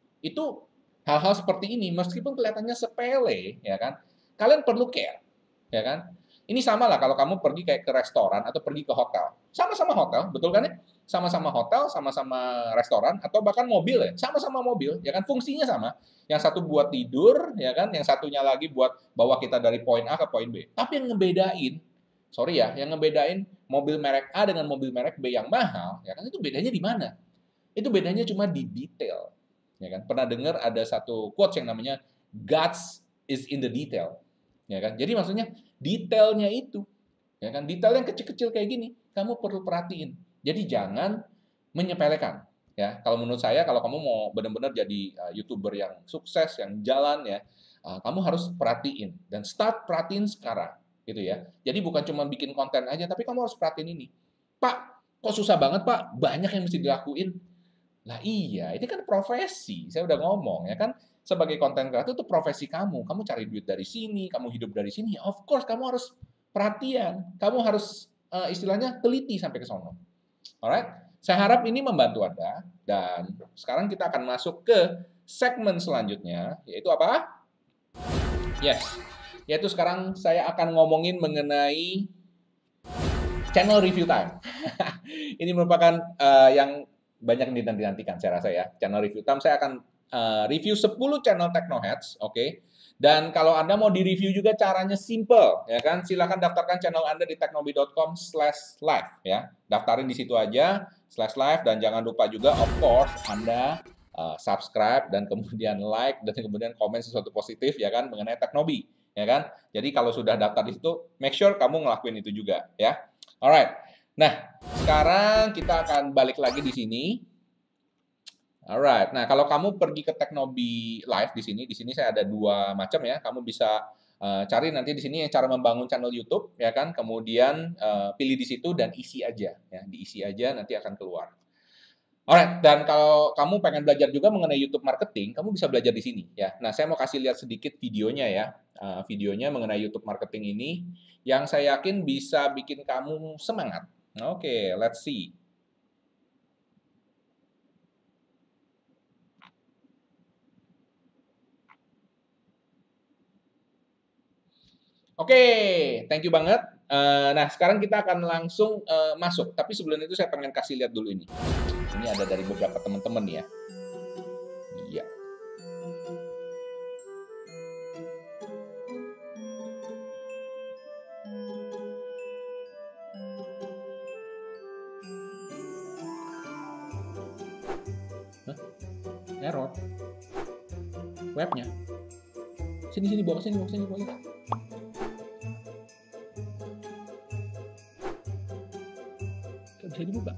itu hal-hal seperti ini, meskipun kelihatannya sepele, ya kan, kalian perlu care, ya kan. Ini sama lah kalau kamu pergi kayak ke restoran atau pergi ke hotel. Sama-sama hotel, betul kan ya? Sama-sama hotel, sama-sama restoran, atau bahkan mobil ya. Sama-sama mobil, ya kan? Fungsinya sama. Yang satu buat tidur, ya kan? Yang satunya lagi buat bawa kita dari poin A ke poin B. Tapi yang ngebedain, sorry ya, yang ngebedain mobil merek A dengan mobil merek B yang mahal, ya kan? Itu bedanya di mana? Itu bedanya cuma di detail. Ya kan? Pernah dengar ada satu quotes yang namanya God's is in the detail. Ya kan? Jadi maksudnya detailnya itu, ya kan? Detail yang kecil-kecil kayak gini, kamu perlu perhatiin. Jadi jangan menyepelekan. Ya, kalau menurut saya, kalau kamu mau benar-benar jadi uh, YouTuber yang sukses, yang jalan ya, uh, kamu harus perhatiin dan start perhatiin sekarang, gitu ya. Jadi bukan cuma bikin konten aja, tapi kamu harus perhatiin ini. Pak, kok susah banget Pak? Banyak yang mesti dilakuin. Lah iya, ini kan profesi. Saya udah ngomong ya kan. Sebagai konten kreator itu profesi kamu. Kamu cari duit dari sini, kamu hidup dari sini. Of course, kamu harus perhatian. Kamu harus uh, istilahnya teliti sampai ke sono. Alright? Saya harap ini membantu Anda. Dan sekarang kita akan masuk ke segmen selanjutnya. Yaitu apa? Yes. Yaitu sekarang saya akan ngomongin mengenai channel review time. Ini merupakan uh, yang banyak yang dinanti-nantikan saya rasa ya. Channel review time saya akan Uh, review sepuluh channel Technoheads, oke. Okay? Dan kalau Anda mau di-review juga caranya simple, ya kan? Silahkan daftarkan channel Anda di teknobi dot com slash live, ya. Daftarin di situ aja, slash live, dan jangan lupa juga, of course, Anda uh, subscribe, dan kemudian like, dan kemudian komen sesuatu positif, ya kan, mengenai Teknobi, ya kan? Jadi kalau sudah daftar di situ, make sure kamu ngelakuin itu juga, ya. Alright. Nah, sekarang kita akan balik lagi di sini. Alright. Nah, kalau kamu pergi ke Teknobi Live di sini, di sini saya ada dua macam ya. Kamu bisa uh, cari nanti di sini yang cara membangun channel YouTube, ya kan? Kemudian uh, pilih di situ dan isi aja, ya. Diisi aja nanti akan keluar. Alright, dan kalau kamu pengen belajar juga mengenai YouTube marketing, kamu bisa belajar di sini ya. Nah, saya mau kasih lihat sedikit videonya ya. Uh, videonya mengenai YouTube marketing ini yang saya yakin bisa bikin kamu semangat. Oke, okay, let's see. Oke, okay, thank you banget. Uh, nah, sekarang kita akan langsung uh, masuk. Tapi sebelum itu saya pengen kasih lihat dulu ini. Ini ada dari beberapa teman-teman ya. Iya. Hah? Error. Webnya. Sini sini bawa sini bawa sini bawa. Gak bisa dibuka.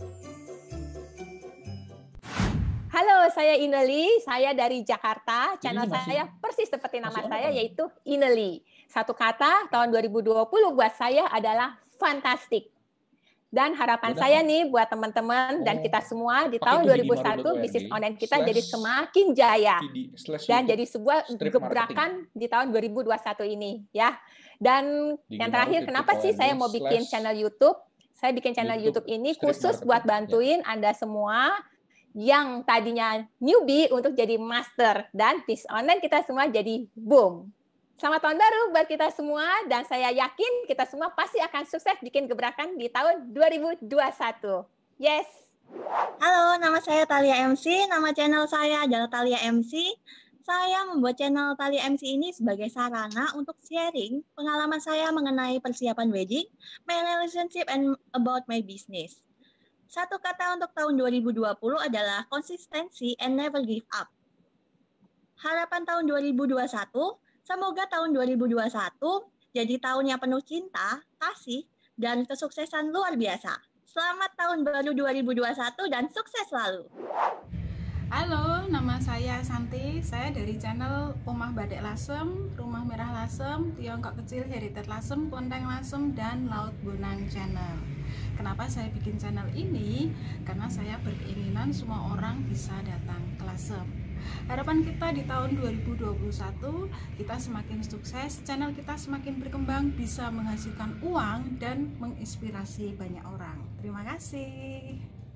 Halo, saya Ineli, saya dari Jakarta. Channel masih, saya persis seperti nama saya, apa? Yaitu Ineli. Satu kata, tahun dua ribu dua puluh buat saya adalah fantastik. Dan harapan Udah, saya nih buat teman-teman oh, dan kita semua di tahun dua ribu satu bisnis online kita slash, jadi semakin jaya video, dan jadi sebuah gebrakan marketing. Di tahun dua ribu dua puluh satu ini ya. Dan Digi yang terakhir kenapa sih saya mau bikin channel YouTube? Saya bikin channel YouTube, YouTube ini khusus marketing. Buat bantuin ya. Anda semua yang tadinya newbie untuk jadi master dan bisnis online kita semua jadi boom. Selamat tahun baru buat kita semua dan saya yakin kita semua pasti akan sukses bikin gebrakan di tahun dua ribu dua puluh satu. Yes. Halo, nama saya Thalia M C. Nama channel saya adalah Thalia M C. Saya membuat channel Thalia M C ini sebagai sarana untuk sharing pengalaman saya mengenai persiapan wedding, my relationship, and about my business. Satu kata untuk tahun dua ribu dua puluh adalah konsistensi and never give up. Harapan tahun dua ribu dua puluh satu, semoga tahun dua ribu dua puluh satu jadi tahun yang penuh cinta, kasih, dan kesuksesan luar biasa. Selamat tahun baru dua ribu dua puluh satu dan sukses selalu. Halo, nama saya Santi. Saya dari channel Omah Batik Lasem, Rumah Merah Lasem, Tiongkok Kecil Heritage Lasem, Klonteng Lasem, dan Laut Bonang Channel. Kenapa saya bikin channel ini? Karena saya berkeinginan semua orang bisa datang ke Lasem. Harapan kita di tahun dua ribu dua puluh satu, kita semakin sukses, channel kita semakin berkembang, bisa menghasilkan uang dan menginspirasi banyak orang. Terima kasih.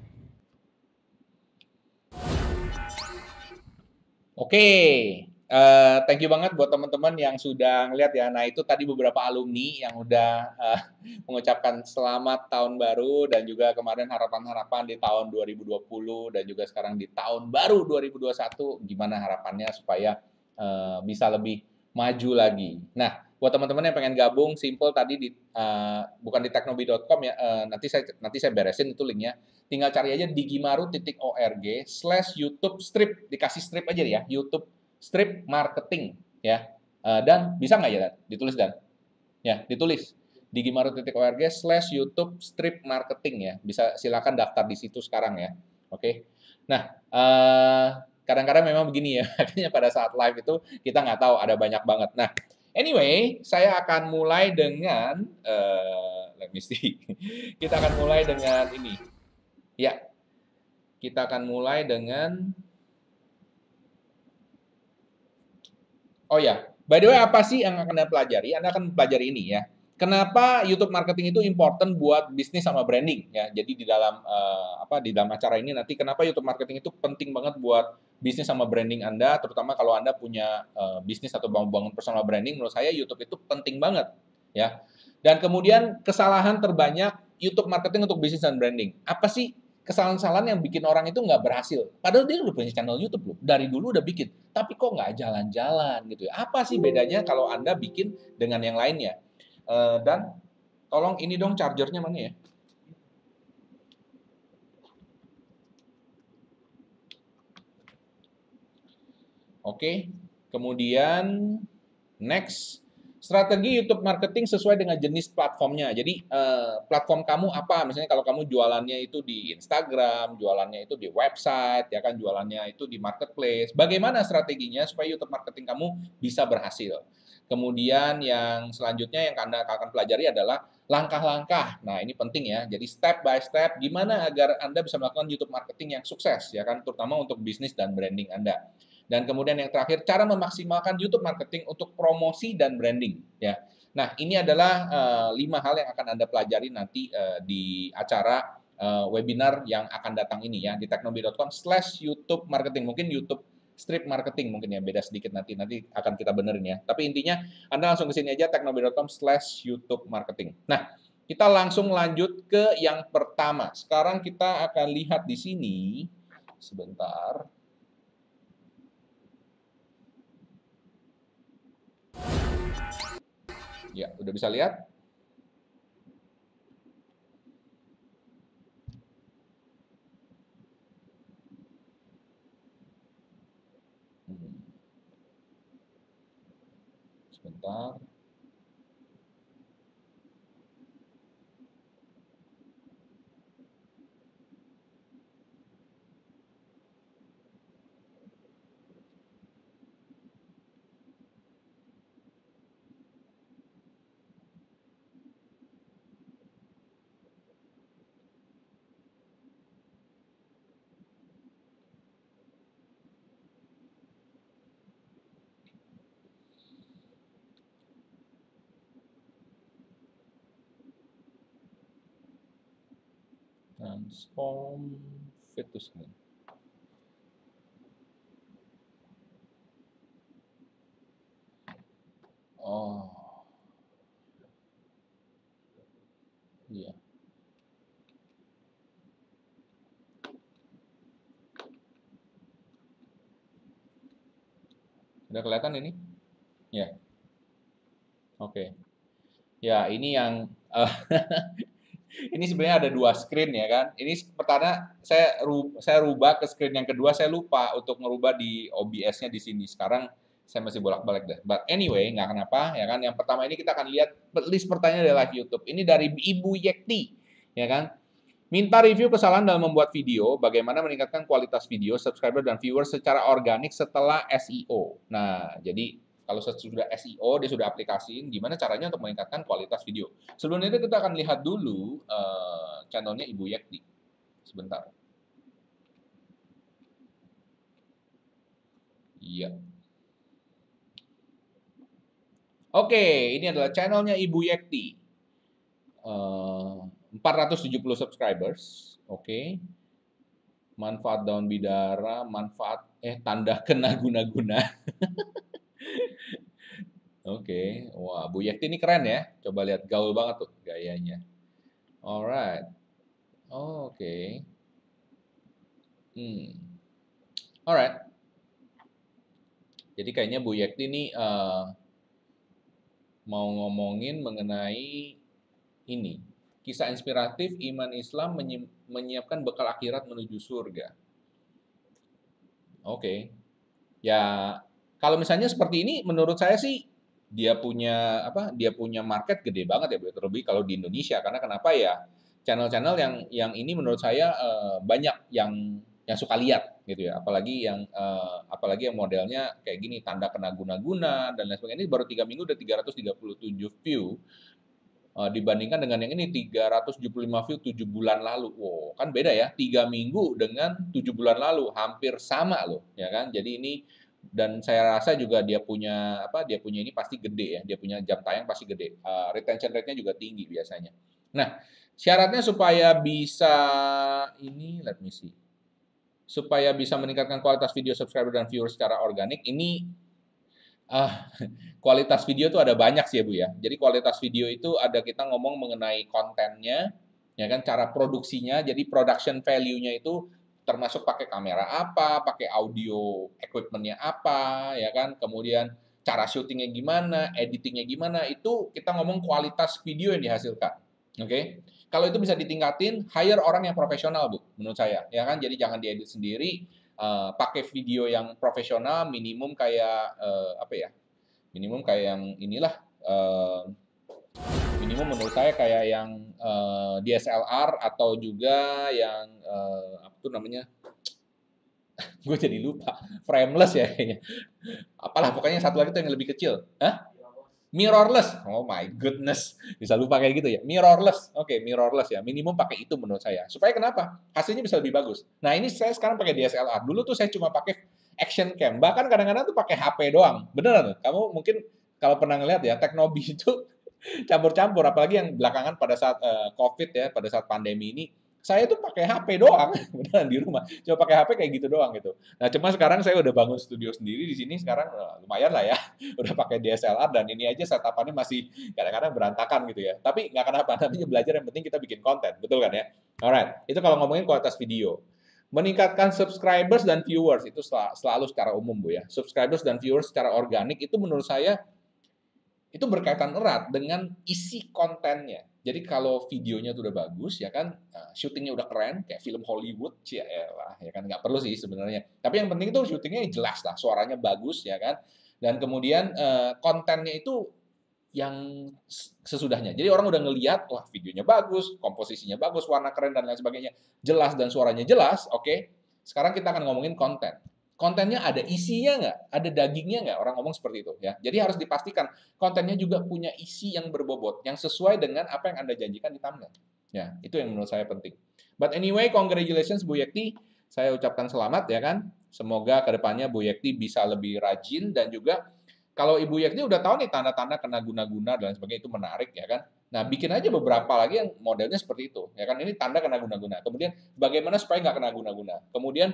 Oke, okay. uh, thank you banget buat teman-teman yang sudah ngeliat ya. Nah, itu tadi beberapa alumni yang udah uh, mengucapkan selamat tahun baru dan juga kemarin harapan-harapan di tahun dua ribu dua puluh dan juga sekarang di tahun baru dua ribu dua puluh satu, gimana harapannya supaya uh, bisa lebih maju lagi. Nah, buat teman-teman yang pengen gabung, simple tadi di uh, bukan di teknobi dot com ya, uh, nanti saya nanti saya beresin itu linknya. Tinggal cari aja digimaru titik org slash YouTube strip, dikasih strip aja ya, YouTube strip marketing ya. Uh, dan bisa nggak ya Dan? Ditulis Dan? Ya, ditulis digimaru titik org slash YouTube strip marketing ya. Bisa silakan daftar di situ sekarang ya. Oke. Okay? Nah, uh, kadang-kadang memang begini ya, makanya pada saat live itu kita nggak tahu, ada banyak banget. Nah, anyway, saya akan mulai dengan, uh, let me see, kita akan mulai dengan ini. Ya, kita akan mulai dengan, oh ya, by the way apa sih yang akan Anda pelajari? Anda akan pelajari ini ya. Kenapa YouTube marketing itu important buat bisnis sama branding ya. Jadi di dalam uh, apa di dalam acara ini nanti kenapa YouTube marketing itu penting banget buat bisnis sama branding Anda, terutama kalau Anda punya uh, bisnis atau bangun personal branding, menurut saya YouTube itu penting banget ya. Dan kemudian kesalahan terbanyak YouTube marketing untuk bisnis dan branding. Apa sih kesalahan-kesalahan yang bikin orang itu nggak berhasil? Padahal dia udah punya channel YouTube loh, dari dulu udah bikin, tapi kok nggak jalan-jalan gitu ya. Apa sih bedanya kalau Anda bikin dengan yang lainnya? Uh, dan tolong ini dong chargernya mana ya? Oke, kemudian next Strategi YouTube marketing sesuai dengan jenis platformnya. Jadi eh, platform kamu apa? Misalnya kalau kamu jualannya itu di Instagram, jualannya itu di website, ya kan jualannya itu di marketplace. Bagaimana strateginya supaya YouTube marketing kamu bisa berhasil? Kemudian yang selanjutnya yang Anda akan pelajari adalah langkah-langkah. Nah, ini penting ya. Jadi step by step gimana agar Anda bisa melakukan YouTube marketing yang sukses ya kan, terutama untuk bisnis dan branding Anda. Dan kemudian yang terakhir, cara memaksimalkan YouTube marketing untuk promosi dan branding. Ya. Nah, ini adalah uh, lima hal yang akan Anda pelajari nanti uh, di acara uh, webinar yang akan datang ini ya, di teknobi dot com slash YouTube marketing. Mungkin YouTube strip marketing mungkin ya, beda sedikit nanti. Nanti akan kita benerin ya. Tapi intinya, Anda langsung ke sini aja, teknobi dot com slash YouTube marketing. Nah, kita langsung lanjut ke yang pertama. Sekarang kita akan lihat di sini, sebentar. Ya, udah bisa lihat? Hmm. Sebentar. Transform fit to screen. Oh, iya. Udah kelihatan ini? Ya. Oke. Ya, ini yang uh, ini sebenarnya ada dua screen ya kan. Ini pertama saya ru saya rubah ke screen yang kedua, saya lupa untuk ngerubah di O B S-nya di sini. Sekarang saya masih bolak-balik deh. But anyway, nggak kenapa ya kan. Yang pertama ini kita akan lihat list pertanyaan dari live YouTube. Ini dari Ibu Yekti, ya kan. Minta review kesalahan dalam membuat video, bagaimana meningkatkan kualitas video, subscriber dan viewers secara organik setelah S E O. Nah, jadi kalau sudah S E O, dia sudah aplikasiin, gimana caranya untuk meningkatkan kualitas video. Sebelum itu kita akan lihat dulu uh, channelnya Ibu Yekti. Sebentar. Iya. Oke, ini adalah channelnya Ibu Yekti. Uh, empat ratus tujuh puluh subscribers, oke. Okay. Manfaat daun bidara, manfaat eh tanda kena guna-guna. Oke, okay. Wah, Bu Yekti ini keren ya. Coba lihat, gaul banget tuh gayanya. Alright, oke. Okay. Hmm, alright. Jadi kayaknya Bu Yekti ini uh, mau ngomongin mengenai ini. Kisah inspiratif iman Islam menyiapkan bekal akhirat menuju surga. Oke. Okay. Ya, kalau misalnya seperti ini menurut saya sih dia punya apa? Dia punya market gede banget ya, terlebih kalau di Indonesia. Karena kenapa ya? Channel-channel yang yang ini menurut saya uh, banyak yang yang suka lihat gitu ya. Apalagi yang uh, apalagi yang modelnya kayak gini, tanda kena guna-guna dan lain sebagainya. Ini baru tiga minggu udah tiga ratus tiga puluh tujuh view. Uh, dibandingkan dengan yang ini tiga ratus tujuh puluh lima view tujuh bulan lalu. Wow, kan beda ya. tiga minggu dengan tujuh bulan lalu, hampir sama loh, ya kan? Jadi ini, dan saya rasa juga dia punya apa? Dia punya ini pasti gede ya. Dia punya jam tayang pasti gede. Uh, retention rate-nya juga tinggi biasanya. Nah, syaratnya supaya bisa ini, let me see. Supaya bisa meningkatkan kualitas video, subscriber dan viewers secara organik, ini Uh, kualitas video tuh ada banyak sih ya Bu ya. Jadi kualitas video itu ada kita ngomong mengenai kontennya, ya kan, cara produksinya. Jadi production value-nya itu termasuk pakai kamera apa, pakai audio equipment-nya apa, ya kan. Kemudian cara syutingnya gimana, editingnya gimana, itu kita ngomong kualitas video yang dihasilkan. Oke. Okay? Kalau itu bisa ditingkatin, hire orang yang profesional Bu, menurut saya, ya kan. Jadi jangan diedit sendiri. Uh, pakai video yang profesional, minimum kayak uh, apa ya, minimum kayak yang inilah Eh, minimum menurut saya kayak yang eh, D S L R atau juga yang eh, apa tuh namanya? Gue jadi lupa. Frameless ya kayaknya. Apalah pokoknya satu lagi tuh yang lebih kecil. Hah? Mirrorless. Oh my goodness. Bisa lupa kayak gitu ya. Mirrorless. Oke, mirrorless ya. Minimum pakai itu menurut saya. Supaya kenapa? Hasilnya bisa lebih bagus. Nah, ini saya sekarang pakai D S L R. Dulu tuh saya cuma pakai action cam. Bahkan kadang-kadang tuh pakai H P doang. Beneran tuh. Kamu mungkin kalau pernah ngeliat ya, Teknobi itu campur-campur. Apalagi yang belakangan pada saat uh, COVID ya, pada saat pandemi ini, saya tuh pakai H P doang, beneran di rumah. Cuma pakai H P kayak gitu doang gitu. Nah, cuma sekarang saya udah bangun studio sendiri di sini sekarang uh, lumayan lah ya. Udah pakai D S L R dan ini aja setup-annya masih kadang-kadang berantakan gitu ya. Tapi nggak kenapa, namanya belajar yang penting kita bikin konten, betul kan ya? Alright, itu kalau ngomongin kualitas video. Meningkatkan subscribers dan viewers itu sel selalu secara umum Bu ya. Subscribers dan viewers secara organik itu menurut saya itu berkaitan erat dengan isi kontennya. Jadi kalau videonya tuh udah bagus, ya kan, uh, syutingnya udah keren, kayak film Hollywood, ya elah, ya kan, nggak perlu sih sebenarnya. Tapi yang penting itu syutingnya jelas lah, suaranya bagus, ya kan, dan kemudian uh, kontennya itu yang sesudahnya. Jadi orang udah ngelihat, wah videonya bagus, komposisinya bagus, warna keren dan lain sebagainya, jelas dan suaranya jelas, oke. Okay? Sekarang kita akan ngomongin konten. Kontennya ada isinya nggak? Ada dagingnya nggak? Orang ngomong seperti itu ya. Jadi harus dipastikan kontennya juga punya isi yang berbobot, yang sesuai dengan apa yang Anda janjikan di thumbnail. Ya, itu yang menurut saya penting. But anyway, congratulations Bu Yekti. Saya ucapkan selamat ya kan. Semoga kedepannya Bu Yekti bisa lebih rajin dan juga kalau Ibu Yekti udah tahu nih tanda-tanda kena guna-guna dan sebagainya itu menarik ya kan. Nah, bikin aja beberapa lagi yang modelnya seperti itu. Ya kan, ini tanda kena guna-guna. Kemudian bagaimana supaya nggak kena guna-guna. Kemudian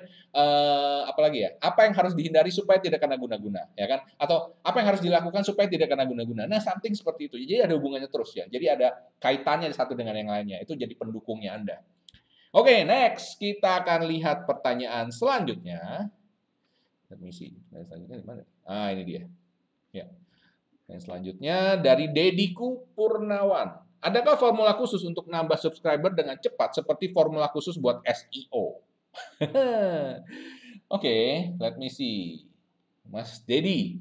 eh, apa lagi ya? Apa yang harus dihindari supaya tidak kena guna-guna, ya kan? Atau apa yang harus dilakukan supaya tidak kena guna-guna. Nah, something seperti itu. Jadi ada hubungannya terus ya. Jadi ada kaitannya satu dengan yang lainnya. Itu jadi pendukungnya Anda. Oke, okay, next kita akan lihat pertanyaan selanjutnya. Let me see. Nah, selanjutnya di mana? Ah, ini dia. Ya. Yang selanjutnya dari Dediku Purnawan. Adakah formula khusus untuk nambah subscriber dengan cepat seperti formula khusus buat S E O? Oke, okay, let me see. Mas Dedi.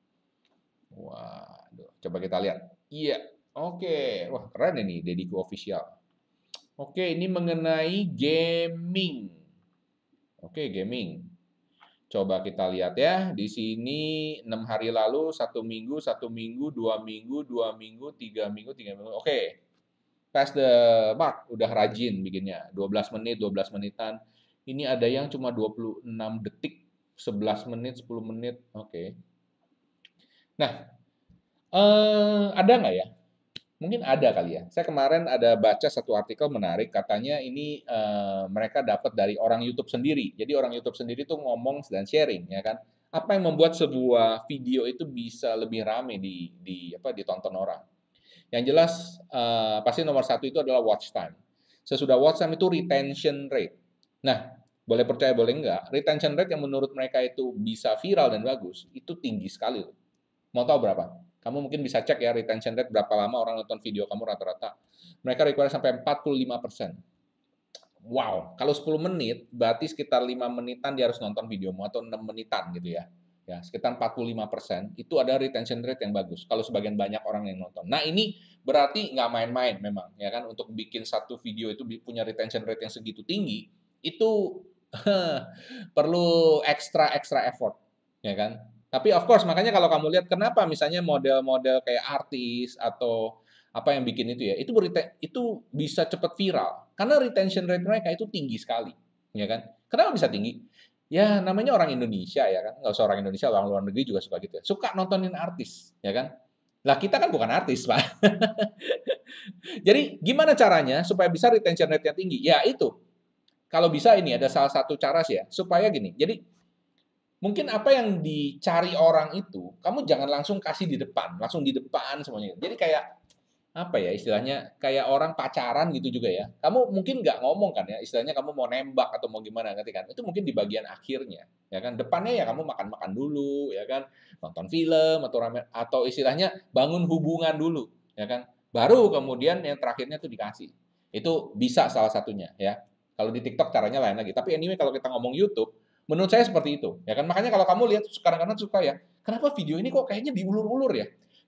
Waduh, coba kita lihat. Iya, oke. Okay. Wah, keren ini Dediku Official. Oke, okay, ini mengenai gaming. Oke, okay, gaming. Coba kita lihat ya, di sini enam hari lalu, satu minggu, satu minggu, dua minggu, dua minggu, tiga minggu, tiga minggu. Oke, okay. Pass the mark, udah rajin bikinnya. dua belas menit, dua belas menitan. Ini ada yang cuma dua puluh enam detik, sebelas menit, sepuluh menit. Oke. Okay. Nah, eh, ada nggak ya? Mungkin ada kali ya. Saya kemarin ada baca satu artikel menarik, katanya ini uh, mereka dapat dari orang YouTube sendiri. Jadi orang YouTube sendiri tuh ngomong dan sharing, ya kan? Apa yang membuat sebuah video itu bisa lebih rame di, di apa ditonton orang? Yang jelas uh, pasti nomor satu itu adalah watch time. Sesudah watch time itu retention rate. Nah, boleh percaya boleh enggak, retention rate yang menurut mereka itu bisa viral dan bagus, itu tinggi sekali. Mau tahu berapa? Kamu mungkin bisa cek ya retention rate berapa lama orang nonton video kamu rata-rata. Mereka require sampai empat puluh lima persen. Wow, kalau sepuluh menit berarti sekitar lima menitan dia harus nonton videomu atau enam menitan gitu ya. Ya, sekitar empat puluh lima persen itu ada retention rate yang bagus kalau sebagian banyak orang yang nonton. Nah, ini berarti nggak main-main memang ya kan untuk bikin satu video itu punya retention rate yang segitu tinggi itu perlu extra extra effort ya kan. Tapi of course, makanya kalau kamu lihat kenapa misalnya model-model kayak artis atau apa yang bikin itu ya, itu berita, itu bisa cepat viral karena retention rate mereka itu tinggi sekali, ya kan? Kenapa bisa tinggi? Ya namanya orang Indonesia ya kan, nggak usah orang Indonesia, orang luar negeri juga suka gitu ya, suka nontonin artis, ya kan? Lah kita kan bukan artis, Pak. Jadi gimana caranya supaya bisa retention rate-nya tinggi? Ya itu, kalau bisa ini ada salah satu cara sih ya, supaya gini, jadi mungkin apa yang dicari orang itu, kamu jangan langsung kasih di depan, langsung di depan semuanya. Jadi kayak, apa ya istilahnya, kayak orang pacaran gitu juga ya. Kamu mungkin nggak ngomong kan ya, istilahnya kamu mau nembak atau mau gimana, ngerti kan? Itu mungkin di bagian akhirnya, ya kan? Depannya ya kamu makan-makan dulu, ya kan? Nonton film, atau rame, atau istilahnya bangun hubungan dulu, ya kan? Baru kemudian yang terakhirnya tuh dikasih. Itu bisa salah satunya, ya. Kalau di TikTok caranya lain lagi. Tapi anyway, kalau kita ngomong YouTube, menurut saya seperti itu, ya kan? Makanya kalau kamu lihat kadang-kadang suka ya, kenapa video ini kok kayaknya diulur-ulur ya?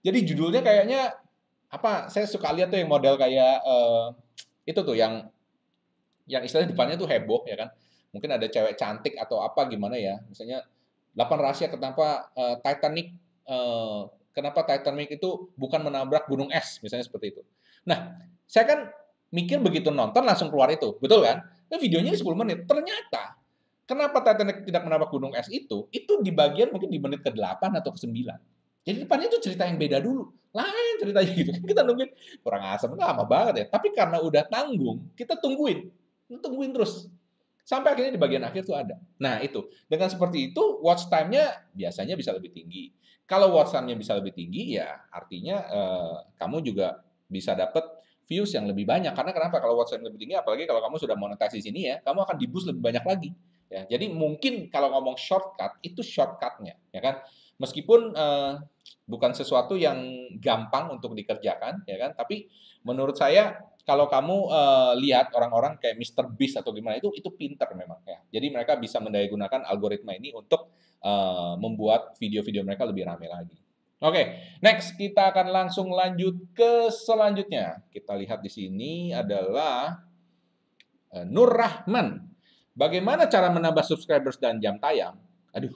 Jadi judulnya kayaknya apa? Saya suka lihat tuh yang model kayak eh, itu tuh yang yang istilahnya depannya tuh heboh ya kan. Mungkin ada cewek cantik atau apa gimana ya. Misalnya delapan rahasia kenapa eh, Titanic eh, kenapa Titanic itu bukan menabrak gunung es, misalnya seperti itu. Nah, saya kan mikir begitu nonton langsung keluar itu, betul kan? Nah, videonya sepuluh menit. Ternyata kenapa Titanic tidak menabrak gunung es itu? Itu di bagian mungkin di menit ke delapan atau ke sembilan. Jadi depannya itu cerita yang beda dulu. Lain ceritanya gitu. Kita nungguin, kurang asem, lama banget ya. Tapi karena udah tanggung, kita tungguin. Kita tungguin terus. Sampai akhirnya di bagian akhir tuh ada. Nah itu. Dengan seperti itu, watch time-nya biasanya bisa lebih tinggi. Kalau watch time-nya bisa lebih tinggi, ya artinya eh, kamu juga bisa dapat views yang lebih banyak. Karena kenapa? Kalau watch time lebih tinggi, apalagi kalau kamu sudah monetize di sini ya, kamu akan di-boost lebih banyak lagi. Ya, jadi mungkin kalau ngomong shortcut, itu shortcut-nya. Ya kan? Meskipun eh, bukan sesuatu yang gampang untuk dikerjakan, ya kan? Tapi menurut saya kalau kamu eh, lihat orang-orang kayak mister Beast atau gimana itu itu pinter memang ya. Jadi mereka bisa mendayagunakan algoritma ini untuk eh, membuat video-video mereka lebih ramai lagi. Oke, next kita akan langsung lanjut ke selanjutnya. Kita lihat di sini adalah eh, Nur Rahman. Bagaimana cara menambah subscribers dan jam tayang? Aduh.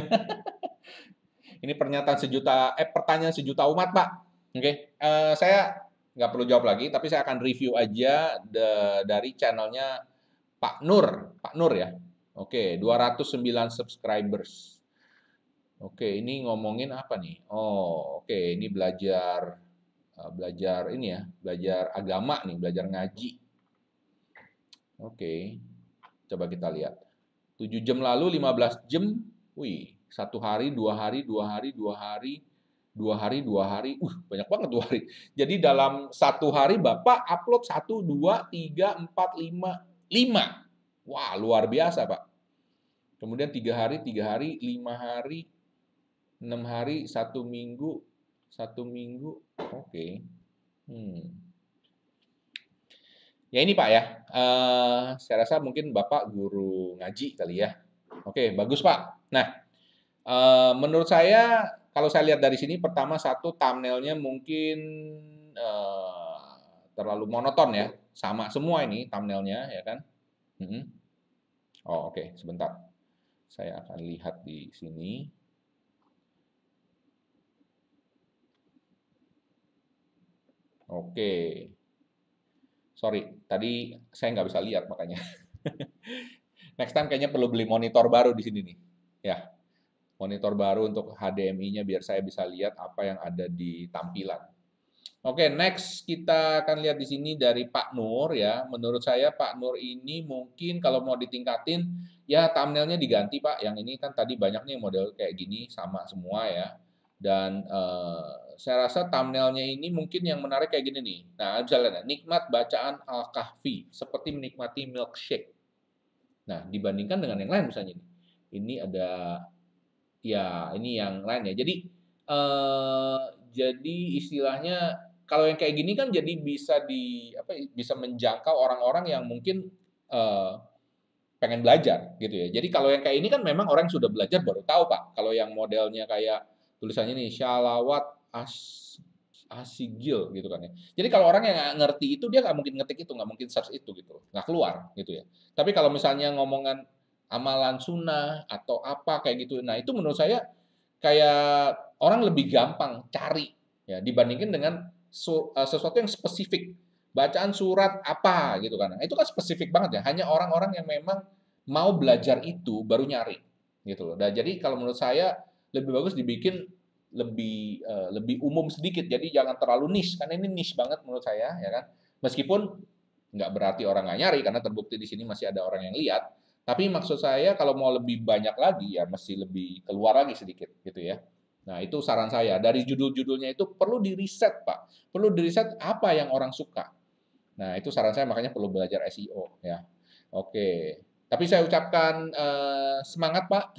Ini pernyataan sejuta, eh pertanyaan sejuta umat, Pak. Oke, eh, saya nggak perlu jawab lagi, tapi saya akan review aja de, dari channelnya Pak Nur, Pak Nur ya. Oke, dua ratus sembilan subscribers. Oke, ini ngomongin apa nih? Oh, oke, ini belajar, uh, belajar ini ya, belajar agama nih, belajar ngaji. Oke, coba kita lihat. tujuh jam lalu, lima belas jam, wih. Satu hari, dua hari, dua hari, dua hari, dua hari, dua hari, uh banyak banget dua hari. Jadi dalam satu hari Bapak upload satu, dua, tiga, empat, lima, lima. Wah luar biasa Pak. Kemudian tiga hari, tiga hari, lima hari, enam hari, satu minggu, satu minggu, oke. Okay. Hmm. Ya ini Pak ya, uh, saya rasa mungkin Bapak guru ngaji kali ya. Oke, okay, bagus Pak. Nah. Uh, menurut saya, kalau saya lihat dari sini, pertama satu thumbnailnya mungkin uh, terlalu monoton ya, sama semua ini thumbnailnya ya kan. Mm-hmm. Oh oke, okay. Sebentar, saya akan lihat di sini. Oke, okay. Sorry, tadi saya nggak bisa lihat makanya. Next time kayaknya perlu beli monitor baru di sini nih, ya. Monitor baru untuk H D M I-nya biar saya bisa lihat apa yang ada di tampilan. Oke, next kita akan lihat di sini dari Pak Nur ya. Menurut saya Pak Nur ini mungkin kalau mau ditingkatin ya thumbnailnya diganti Pak. Yang ini kan tadi banyak nih model kayak gini sama semua ya. Dan eh, saya rasa thumbnailnya ini mungkin yang menarik kayak gini nih. Nah, misalnya nikmat bacaan Al-Kahfi seperti menikmati milkshake. Nah, dibandingkan dengan yang lain misalnya ini. Ini ada ya ini yang lain ya. Jadi eh, jadi istilahnya kalau yang kayak gini kan jadi bisa di apa bisa menjangkau orang-orang yang mungkin eh, pengen belajar gitu ya. Jadi kalau yang kayak ini kan memang orang yang sudah belajar baru tahu Pak. Kalau yang modelnya kayak tulisannya nih Shalawat as Asigil gitu kan ya. Jadi kalau orang yang nggak ngerti itu dia nggak mungkin ngetik itu, nggak mungkin search itu gitu, nggak keluar gitu ya. Tapi kalau misalnya ngomongan amalan sunnah atau apa kayak gitu. Nah, itu menurut saya kayak orang lebih gampang cari ya dibandingkan dengan su, uh, sesuatu yang spesifik. Bacaan surat apa gitu kan. Nah, itu kan spesifik banget ya. Hanya orang-orang yang memang mau belajar itu baru nyari gitu loh. Nah, jadi kalau menurut saya lebih bagus dibikin lebih uh, lebih umum sedikit. Jadi jangan terlalu niche karena ini niche banget menurut saya ya kan. Meskipun nggak berarti orang nggak nyari karena terbukti di sini masih ada orang yang lihat. Tapi maksud saya kalau mau lebih banyak lagi ya mesti lebih keluar lagi sedikit gitu ya. Nah itu saran saya. Dari judul-judulnya itu perlu di riset Pak. Perlu di riset apa yang orang suka. Nah itu saran saya makanya perlu belajar S E O ya. Oke. Tapi saya ucapkan eh, semangat Pak.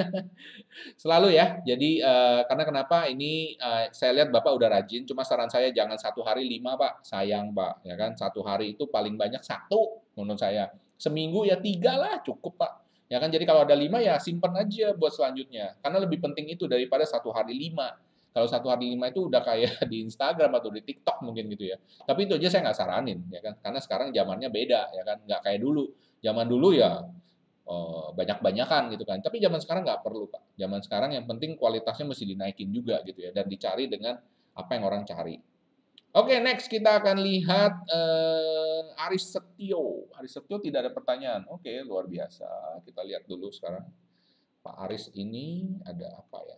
Selalu ya. Jadi eh, karena kenapa ini eh, saya lihat Bapak udah rajin. Cuma saran saya jangan satu hari lima Pak. Sayang Pak. Ya kan satu hari itu paling banyak satu menurut saya. Seminggu ya tiga lah cukup Pak. Ya kan jadi kalau ada lima ya simpan aja buat selanjutnya. Karena lebih penting itu daripada satu hari lima. Kalau satu hari lima itu udah kayak di Instagram atau di TikTok mungkin gitu ya. Tapi itu aja saya nggak saranin, ya kan? Karena sekarang zamannya beda, ya kan? Nggak kayak dulu. Zaman dulu ya eh, banyak-banyakan gitu kan. Tapi zaman sekarang nggak perlu, Pak. Zaman sekarang yang penting kualitasnya mesti dinaikin juga gitu ya. Dan dicari dengan apa yang orang cari. Oke, next kita akan lihat eh, Aris Setio. Aris Setio tidak ada pertanyaan. Oke, luar biasa. Kita lihat dulu sekarang. Pak Aris ini ada apa ya?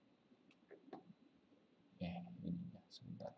Eh, ini sebentar.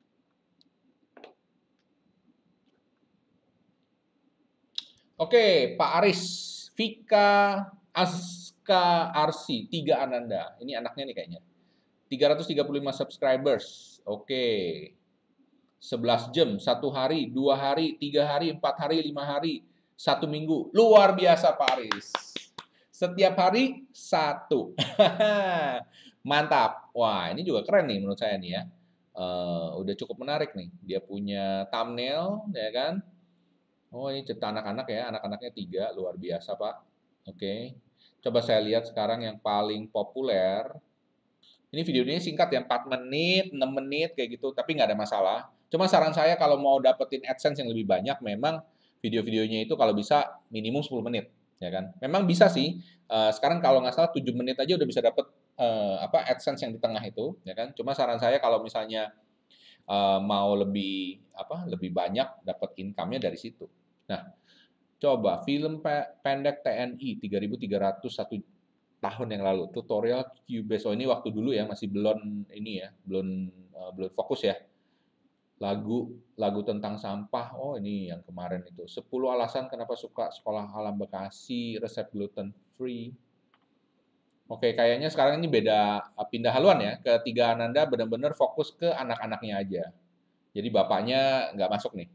Oke, Pak Aris. Vika Aska Arsi, tiga Ananda. Ini anaknya nih kayaknya. tiga ratus tiga puluh lima subscribers. Oke. sebelas jam, satu hari, dua hari, tiga hari, empat hari, lima hari, satu minggu. Luar biasa Pak Aris. Setiap hari, satu. Mantap. Wah, ini juga keren nih menurut saya nih ya. Uh, udah cukup menarik nih. Dia punya thumbnail, ya kan? Oh, ini cerita anak-anak ya. Anak-anaknya tiga, luar biasa Pak. Oke. Coba saya lihat sekarang yang paling populer. Ini videonya singkat ya, empat menit, enam menit, kayak gitu. Tapi nggak ada masalah. Cuma saran saya kalau mau dapetin AdSense yang lebih banyak, memang video-videonya itu kalau bisa minimum sepuluh menit, ya kan? Memang bisa sih. Uh, sekarang kalau nggak salah tujuh menit aja udah bisa dapet uh, apa AdSense yang di tengah itu, ya kan? Cuma saran saya kalau misalnya uh, mau lebih apa lebih banyak dapat income-nya dari situ. Nah, coba film pe pendek T N I tiga ribu tiga ratus satu tahun yang lalu, tutorial Cubase. Oh, ini waktu dulu ya, masih belum ini ya, belum uh, belum fokus ya. Lagu lagu tentang sampah. Oh, ini yang kemarin itu. sepuluh alasan kenapa suka sekolah alam Bekasi, resep gluten free. Oke, kayaknya sekarang ini beda, pindah haluan ya. Ketiga Ananda benar-benar fokus ke anak-anaknya aja. Jadi bapaknya nggak masuk nih.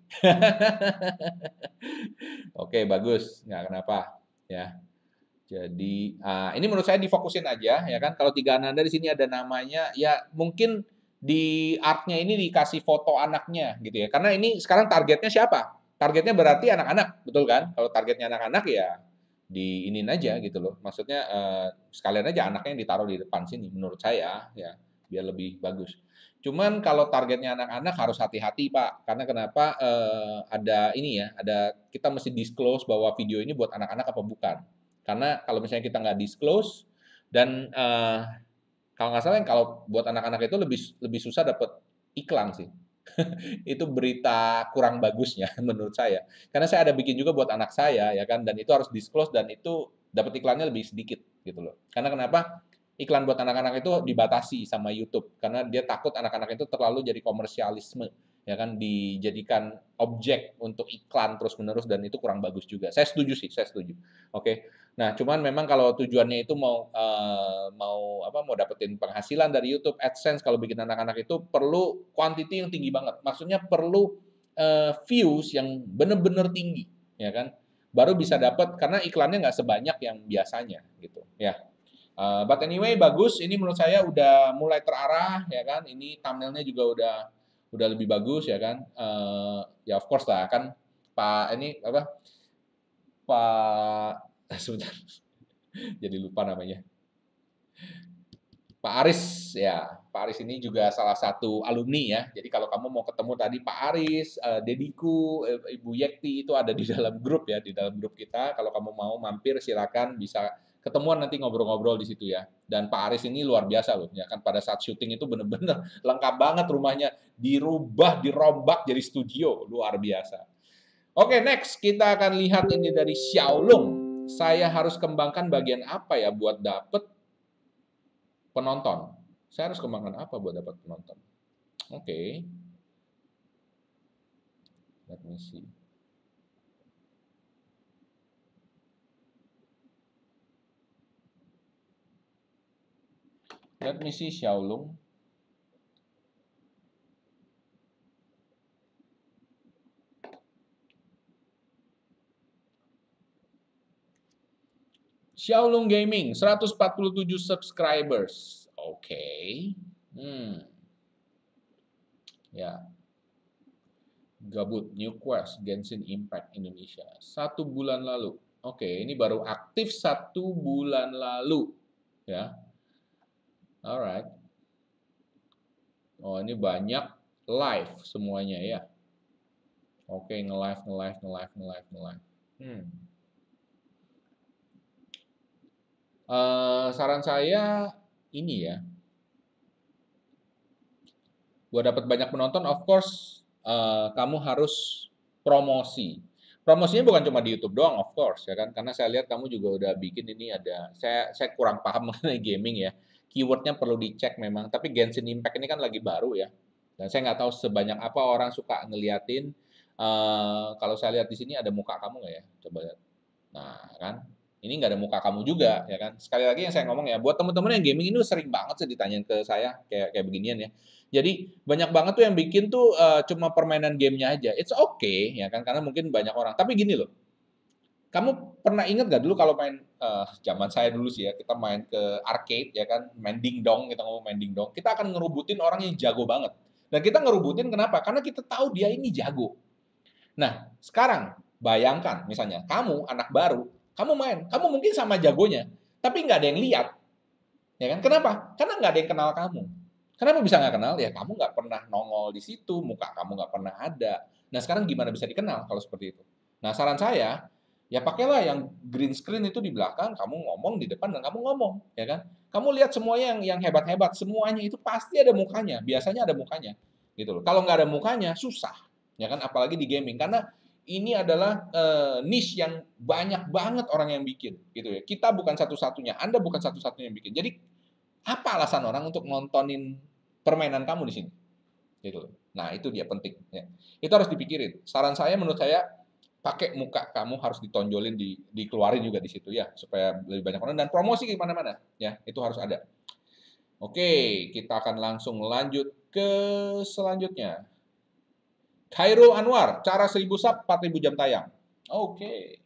Oke, bagus. Nggak kenapa. Ya. Jadi, uh, ini menurut saya difokusin aja, ya kan. Kalau tiga Ananda di sini ada namanya, ya mungkin di artnya ini dikasih foto anaknya gitu ya. Karena ini sekarang targetnya siapa? Targetnya berarti anak-anak, betul kan? Kalau targetnya anak-anak ya di inin aja gitu loh. Maksudnya uh, sekalian aja anaknya yang ditaruh di depan sini menurut saya ya, biar lebih bagus. Cuman kalau targetnya anak-anak harus hati-hati Pak. Karena kenapa? Uh, ada ini ya, ada kita mesti disclose bahwa video ini buat anak-anak apa bukan. Karena kalau misalnya kita nggak disclose dan uh, kalau nggak salah, kalau buat anak-anak itu lebih lebih susah dapat iklan sih. Itu berita kurang bagusnya menurut saya. Karena saya ada bikin juga buat anak saya ya kan, dan itu harus disclose dan itu dapat iklannya lebih sedikit gitu loh. Karena kenapa? Iklan buat anak-anak itu dibatasi sama YouTube karena dia takut anak-anak itu terlalu jadi komersialisme, ya kan, dijadikan objek untuk iklan terus-menerus dan itu kurang bagus juga. Saya setuju sih, saya setuju. Oke. Nah, cuman memang kalau tujuannya itu mau uh, mau apa mau dapetin penghasilan dari YouTube AdSense, kalau bikin anak-anak itu perlu quantity yang tinggi banget. Maksudnya perlu uh, views yang benar-benar tinggi, ya kan? Baru bisa dapat karena iklannya nggak sebanyak yang biasanya gitu, ya. Uh, but anyway, bagus. Ini menurut saya udah mulai terarah, ya kan? Ini thumbnailnya juga udah udah lebih bagus, ya kan? Uh, ya of course lah kan, Pak ini apa? Pak sebentar, jadi lupa namanya. Pak Aris, ya. Pak Aris ini juga salah satu alumni ya. Jadi kalau kamu mau ketemu tadi Pak Aris, uh, Dediku, Ibu Yekti itu ada di dalam grup ya, di dalam grup kita. Kalau kamu mau mampir silakan bisa ketemuan nanti ngobrol-ngobrol di situ ya. Dan Pak Aris ini luar biasa loh, ya kan pada saat syuting itu bener-bener lengkap banget rumahnya, dirubah, dirombak jadi studio, luar biasa. Oke, next kita akan lihat ini dari Xiaolong. Saya harus kembangkan bagian apa ya buat dapet penonton? Saya harus kembangkan apa buat dapat penonton? Oke. Okay. Let me see. Let me see Xiaolong. Xiaolong Gaming, seratus empat puluh tujuh subscribers. Oke. Okay. Hmm. Ya. Gabut, New Quest, Genshin Impact Indonesia. Satu bulan lalu. Oke, okay, ini baru aktif satu bulan lalu. Ya. Alright. Oh, ini banyak live semuanya ya. Oke, nge-live, nge-live, nge-live, nge-live, nge-live. Hmm. Uh, saran saya ini ya, buat dapat banyak penonton, of course, uh, kamu harus promosi. Promosinya bukan cuma di YouTube doang, of course, ya kan? Karena saya lihat kamu juga udah bikin ini ada, saya saya kurang paham mengenai gaming ya. Keywordnya perlu dicek memang, tapi Genshin Impact ini kan lagi baru ya. Dan saya nggak tahu sebanyak apa orang suka ngeliatin. Uh, kalau saya lihat di sini ada muka kamu nggak ya? Coba lihat. Nah, kan? Ini nggak ada muka kamu juga, ya kan? Sekali lagi yang saya ngomong ya, buat teman-teman yang gaming ini sering banget sih ditanyain ke saya kayak kayak beginian ya. Jadi banyak banget tuh yang bikin tuh uh, cuma permainan gamenya aja. It's okay, ya kan? Karena mungkin banyak orang. Tapi gini loh, kamu pernah ingat gak dulu kalau main uh, zaman saya dulu sih ya, kita main ke arcade ya kan, main dingdong, kita ngomong main dingdong, kita akan ngerubutin orang yang jago banget. Dan kita ngerubutin kenapa? Karena kita tahu dia ini jago. Nah, sekarang bayangkan misalnya kamu anak baru, kamu main, kamu mungkin sama jagonya, tapi nggak ada yang lihat, ya kan? Kenapa? Karena nggak ada yang kenal kamu. Kenapa bisa nggak kenal? Ya kamu nggak pernah nongol di situ, muka kamu nggak pernah ada. Nah sekarang gimana bisa dikenal kalau seperti itu? Nah saran saya, ya pakailah yang green screen itu di belakang, kamu ngomong di depan dan kamu ngomong, ya kan? Kamu lihat semuanya yang yang hebat-hebat, semuanya itu pasti ada mukanya, biasanya ada mukanya, gitu loh. Kalau nggak ada mukanya, susah, ya kan? Apalagi di gaming, karena ini adalah uh, niche yang banyak banget orang yang bikin, gitu ya. Kita bukan satu-satunya, Anda bukan satu-satunya yang bikin. Jadi apa alasan orang untuk nontonin permainan kamu di sini? Gitu. Nah, itu dia penting. Ya. Itu harus dipikirin. Saran saya, menurut saya, pakai muka kamu harus ditonjolin, di, dikeluarin juga di situ ya, supaya lebih banyak orang dan promosi ke mana-mana. Ya, itu harus ada. Oke, kita akan langsung lanjut ke selanjutnya. Khairul Anwar, cara seribu sub, empat ribu jam tayang. Oke.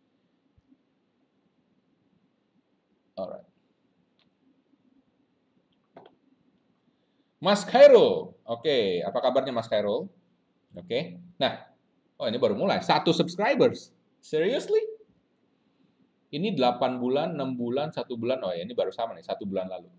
Alright. Mas Khairul, oke, apa kabarnya Mas Khairul? Oke, nah, oh ini baru mulai, satu subscribers, seriously? Ini delapan bulan, enam bulan, satu bulan, oh ya ini baru sama nih, satu bulan lalu.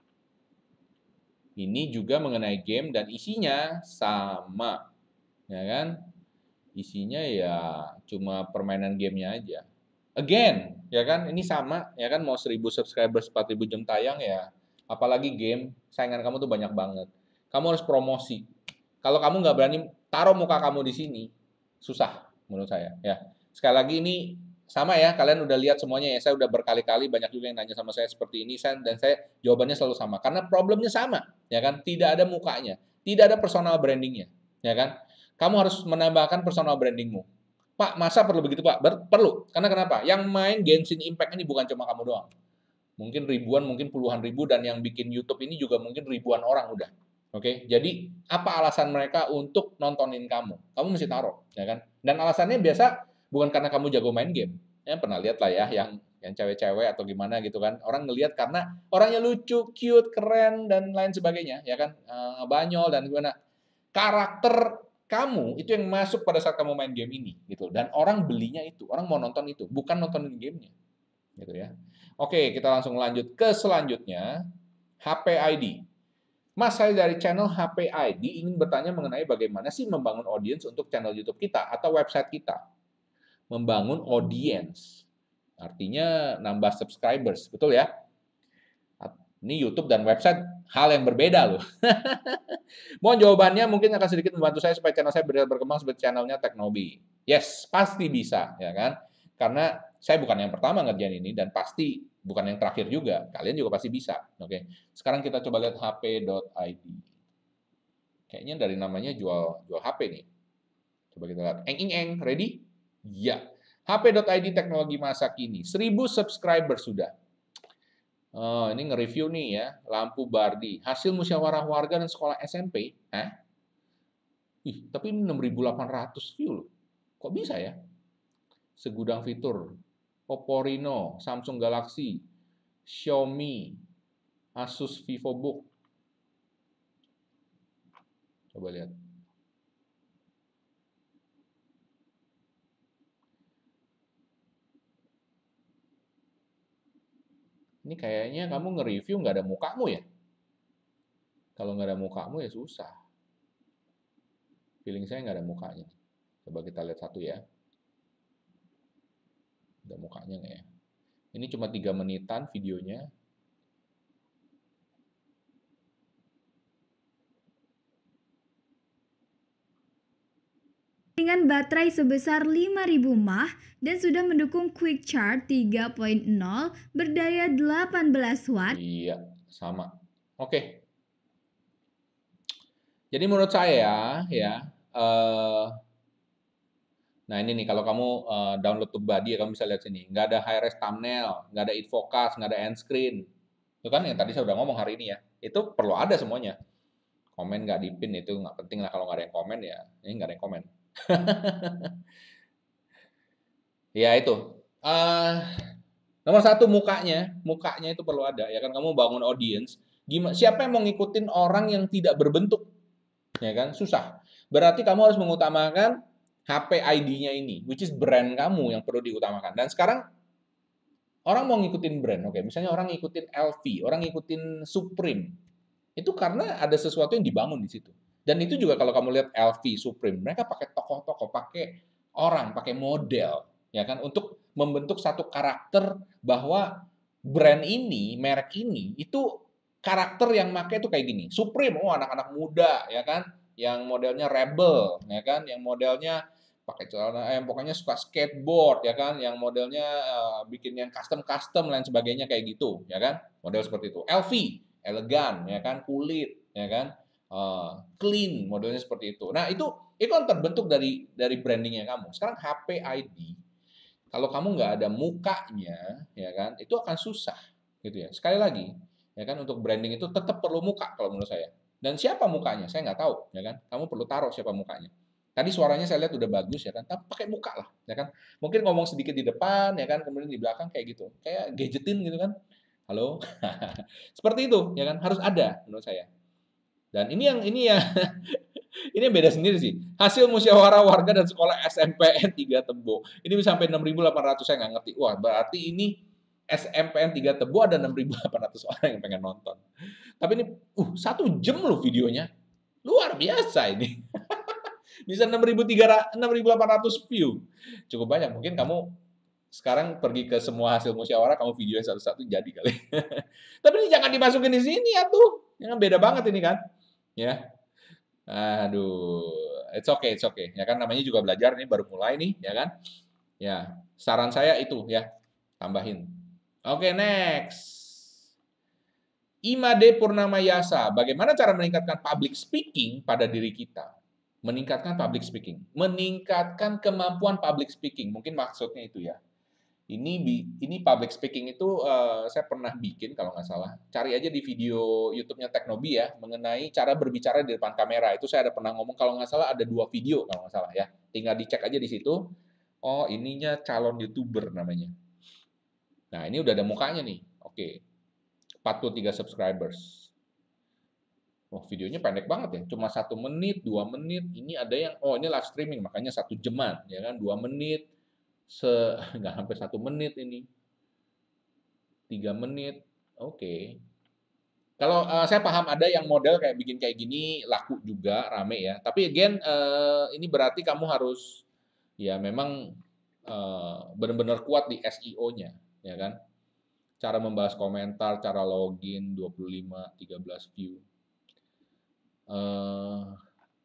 Ini juga mengenai game dan isinya sama, ya kan? Isinya ya cuma permainan gamenya aja. Again, ya kan? Ini sama, ya kan? Mau seribu subscribers, empat ribu jam tayang ya. Apalagi game, saingan kamu tuh banyak banget. Kamu harus promosi. Kalau kamu nggak berani taruh muka kamu di sini, susah menurut saya. Ya, sekali lagi ini sama ya. Kalian udah lihat semuanya ya. Saya udah berkali-kali banyak juga yang nanya sama saya seperti ini, dan saya jawabannya selalu sama. Karena problemnya sama, ya kan? Tidak ada mukanya, tidak ada personal brandingnya, ya kan? Kamu harus menambahkan personal brandingmu. Pak, masa perlu begitu Pak? Ber perlu. Karena kenapa? Yang main Genshin Impact ini bukan cuma kamu doang. Mungkin ribuan, mungkin puluhan ribu, dan yang bikin YouTube ini juga mungkin ribuan orang udah. Oke, jadi apa alasan mereka untuk nontonin kamu? Kamu mesti taruh, ya kan? Dan alasannya biasa bukan karena kamu jago main game. Ya pernah lihat lah ya, yang yang cewek-cewek atau gimana gitu kan. Orang ngelihat karena orangnya lucu, cute, keren, dan lain sebagainya, ya kan? Uh, banyol dan gimana. Karakter kamu itu yang masuk pada saat kamu main game ini, gitu. Dan orang belinya itu, orang mau nonton itu, bukan nontonin gamenya, gitu ya. Oke, kita langsung lanjut ke selanjutnya, H P I D. Mas, saya dari channel H P I D ingin bertanya mengenai bagaimana sih membangun audience untuk channel YouTube kita atau website kita. Membangun audience, artinya nambah subscribers, betul ya? Ini YouTube dan website hal yang berbeda loh. Mohon jawabannya, mungkin akan sedikit membantu saya supaya channel saya berkembang seperti channelnya Teknobi. Yes, pasti bisa, ya kan? Karena saya bukan yang pertama ngerjain ini dan pasti bukan yang terakhir juga. Kalian juga pasti bisa. Oke. Sekarang kita coba lihat H P dot I D. Kayaknya dari namanya jual jual H P nih. Coba kita lihat. Eng eng eng, ready? Ya. H P dot I D teknologi masa kini. seribu subscriber sudah. Oh, ini nge-review nih ya. Lampu Bardi. Hasil musyawarah warga dan sekolah S M P. Hah? Ih, tapi ini enam ribu delapan ratus view loh. Kok bisa ya? Segudang fitur. Oppo Reno, Samsung Galaxy, Xiaomi, Asus VivoBook. Coba lihat. Ini kayaknya kamu nge-review nggak ada mukamu ya? Kalau nggak ada mukamu ya susah. Feeling saya nggak ada mukanya. Coba kita lihat satu ya. Ada mukanya nggak ya? Ini cuma tiga menitan videonya. Dengan baterai sebesar lima ribu mAh dan sudah mendukung Quick Charge tiga titik nol berdaya delapan belas watt. Iya, sama. Oke. Jadi menurut saya ya, eh, nah ini nih kalau kamu eh, download TubeBuddy ya kamu bisa lihat sini, nggak ada high-res thumbnail, nggak ada it focus, nggak ada end screen. Itu kan yang tadi saya udah ngomong hari ini ya. Itu perlu ada semuanya. Komen nggak dipin itu nggak penting lah kalau nggak ada yang komen ya, ini nggak ada yang komen. Ya itu. Eh, nomor satu mukanya, mukanya itu perlu ada ya kan kamu bangun audience. Gimana? Siapa yang mau ngikutin orang yang tidak berbentuk? Ya kan susah. Berarti kamu harus mengutamakan H P I D-nya ini, which is brand kamu yang perlu diutamakan. Dan sekarang orang mau ngikutin brand, oke? Misalnya orang ngikutin L V, orang ngikutin Supreme, itu karena ada sesuatu yang dibangun di situ. Dan itu juga kalau kamu lihat L V, Supreme, mereka pakai tokoh-tokoh, pakai orang, pakai model, ya kan, untuk membentuk satu karakter bahwa brand ini, merek ini, itu karakter yang make itu kayak gini. Supreme, oh anak-anak muda, ya kan, yang modelnya rebel, ya kan, yang modelnya pakai celana, yang pokoknya suka skateboard, ya kan, yang modelnya uh, bikin yang custom-custom lain sebagainya kayak gitu, ya kan, model seperti itu. L V, elegan, ya kan, kulit, ya kan, uh, clean, modelnya seperti itu. Nah itu itu kan terbentuk dari dari brandingnya kamu. Sekarang H P I D, kalau kamu nggak ada mukanya, ya kan, itu akan susah, gitu ya. Sekali lagi, ya kan, untuk branding itu tetap perlu muka kalau menurut saya. Dan siapa mukanya? Saya nggak tahu, ya kan. Kamu perlu taruh siapa mukanya. Tadi suaranya saya lihat udah bagus, ya kan. Tapi pakai muka lah, ya kan. Mungkin ngomong sedikit di depan, ya kan, kemudian di belakang kayak gitu. Kayak gadgetin gitu kan. Halo, seperti itu, ya kan. Harus ada menurut saya. Dan ini yang ini ya, ini yang beda sendiri sih. Hasil musyawarah warga dan sekolah S M P N tiga Tebo. Ini bisa sampai enam ribu delapan ratus, saya nggak ngerti. Wah, berarti ini S M P N tiga Tebo ada enam ribu delapan ratus orang yang pengen nonton. Tapi ini uh satu jam loh videonya. Luar biasa ini. Bisa enam ribu delapan ratus view. Cukup banyak. Mungkin kamu sekarang pergi ke semua hasil musyawarah, kamu videoin satu-satu jadi kali. Tapi ini jangan dimasukin di sini ya tuh. Yang beda banget ini kan. Ya. Aduh, it's okay, it's okay. Ya kan namanya juga belajar nih, baru mulai nih, ya kan? Ya, saran saya itu ya, tambahin. Oke, okay, next. Imade Purnamayasa, bagaimana cara meningkatkan public speaking pada diri kita? Meningkatkan public speaking, meningkatkan kemampuan public speaking. Mungkin maksudnya itu ya. Ini ini public speaking itu uh, saya pernah bikin kalau nggak salah. Cari aja di video YouTube-nya Teknobi ya, mengenai cara berbicara di depan kamera. Itu saya ada pernah ngomong kalau nggak salah ada dua video kalau nggak salah ya. Tinggal dicek aja di situ. Oh, ininya calon YouTuber namanya. Nah, ini udah ada mukanya nih. Oke. empat puluh tiga subscribers. Oh, videonya pendek banget ya. Cuma satu menit, dua menit. Ini ada yang, oh ini live streaming, makanya satu jaman. Ya kan, dua menit. Se nggak hampir satu menit ini, tiga menit, oke. Okay. Kalau uh, saya paham ada yang model kayak bikin kayak gini laku juga rame ya. Tapi again uh, ini berarti kamu harus ya memang uh, benar-benar kuat di S E O-nya, ya kan? Cara membahas komentar, cara login dua puluh lima, tiga belas view. Uh,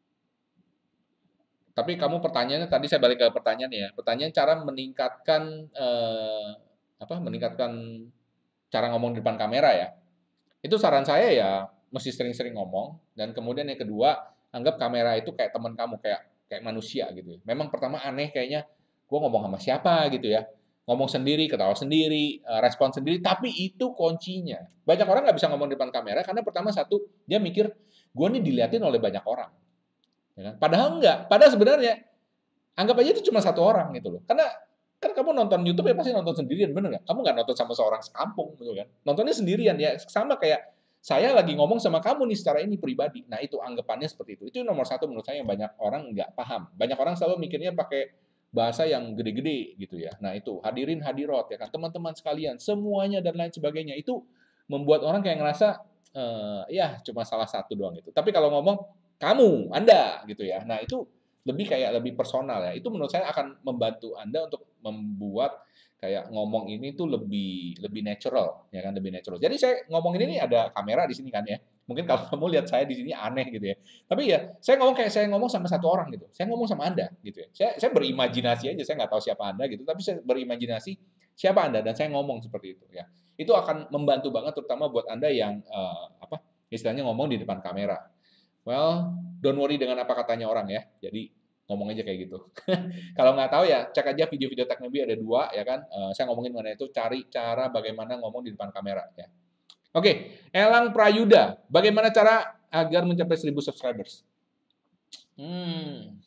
Tapi kamu pertanyaannya tadi saya balik ke pertanyaan ya. Pertanyaan cara meningkatkan eh, apa? Meningkatkan cara ngomong di depan kamera ya. Itu saran saya ya mesti sering-sering ngomong dan kemudian yang kedua anggap kamera itu kayak teman kamu kayak kayak manusia gitu. Memang pertama aneh kayaknya gue ngomong sama siapa gitu ya. Ngomong sendiri, ketawa sendiri, respon sendiri, tapi itu kuncinya. Banyak orang nggak bisa ngomong di depan kamera karena pertama satu dia mikir gue nih diliatin oleh banyak orang. Ya kan? Padahal enggak, padahal sebenarnya anggap aja itu cuma satu orang gitu loh. Karena kan kamu nonton YouTube ya pasti nonton sendirian, bener nggak? Kamu nggak nonton sama seorang sekampung, gitu kan? Nontonnya sendirian ya, sama kayak saya lagi ngomong sama kamu nih secara ini pribadi. Nah itu anggapannya seperti itu. Itu nomor satu menurut saya yang banyak orang nggak paham. Banyak orang selalu mikirnya pakai bahasa yang gede-gede gitu ya. Nah itu hadirin hadirat ya kan, teman-teman sekalian, semuanya dan lain sebagainya itu membuat orang kayak ngerasa eh, ya cuma salah satu doang gitu. Tapi kalau ngomong kamu, Anda gitu ya. Nah, itu lebih kayak lebih personal ya. Itu menurut saya akan membantu Anda untuk membuat kayak ngomong ini tuh lebih lebih natural ya kan, lebih natural. Jadi saya ngomongin ini ada kamera di sini kan ya. Mungkin kalau kamu lihat saya di sini aneh gitu ya. Tapi ya saya ngomong kayak saya ngomong sama satu orang gitu. Saya ngomong sama Anda gitu ya. Saya saya berimajinasi aja, saya nggak tahu siapa Anda gitu, tapi saya berimajinasi siapa Anda dan saya ngomong seperti itu ya. Itu akan membantu banget terutama buat Anda yang eh, apa? Istilahnya ngomong di depan kamera. Well, don't worry dengan apa katanya orang ya. Jadi ngomong aja kayak gitu. Kalau nggak tahu ya, cek aja video-video Teknobi ada dua ya kan. Uh, saya ngomongin mengenai itu, cari cara bagaimana ngomong di depan kamera ya. Oke, Elang Prayuda, bagaimana cara agar mencapai seribu subscribers? Hmm.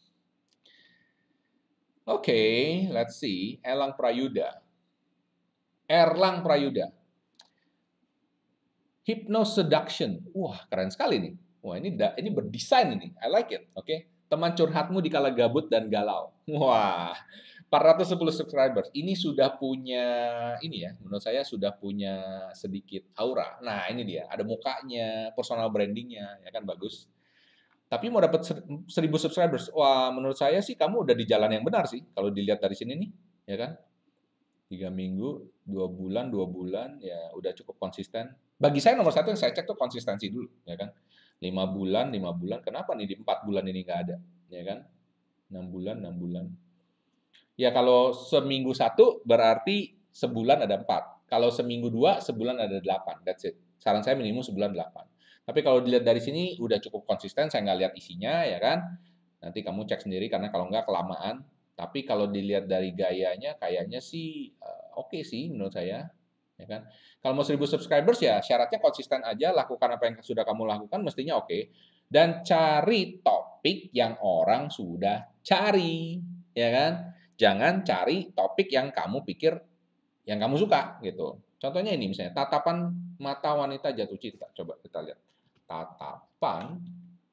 Oke, okay, let's see. Elang Prayuda. Erlang Prayuda. Hypnoseduction. Wah, keren sekali nih. Wah, ini ini berdesain ini. I like it. Oke. Okay. Teman curhatmu di kala gabut dan galau. Wah, empat ratus sepuluh subscribers. Ini sudah punya, ini ya, menurut saya sudah punya sedikit aura. Nah, ini dia. Ada mukanya, personal brandingnya, ya kan, bagus. Tapi mau dapat seribu subscribers, wah, menurut saya sih kamu udah di jalan yang benar sih. Kalau dilihat dari sini nih, ya kan. Tiga minggu, dua bulan, dua bulan, ya udah cukup konsisten. Bagi saya nomor satu yang saya cek tuh konsistensi dulu, ya kan. Lima bulan, lima bulan, kenapa nih di empat bulan ini nggak ada, ya kan? Enam bulan, enam bulan. Ya kalau seminggu satu berarti sebulan ada empat. Kalau seminggu dua, sebulan ada delapan. That's it. Saran saya minimum sebulan delapan. Tapi kalau dilihat dari sini udah cukup konsisten, saya nggak lihat isinya, ya kan? Nanti kamu cek sendiri karena kalau nggak kelamaan. Tapi kalau dilihat dari gayanya, kayaknya sih uh, oke okay sih menurut saya, ya kan? Kalau mau seribu subscribers ya syaratnya konsisten aja, lakukan apa yang sudah kamu lakukan, mestinya oke. Okay. Dan cari topik yang orang sudah cari, ya kan? Jangan cari topik yang kamu pikir, yang kamu suka, gitu. Contohnya ini misalnya, tatapan mata wanita jatuh cinta. Coba kita lihat. Tatapan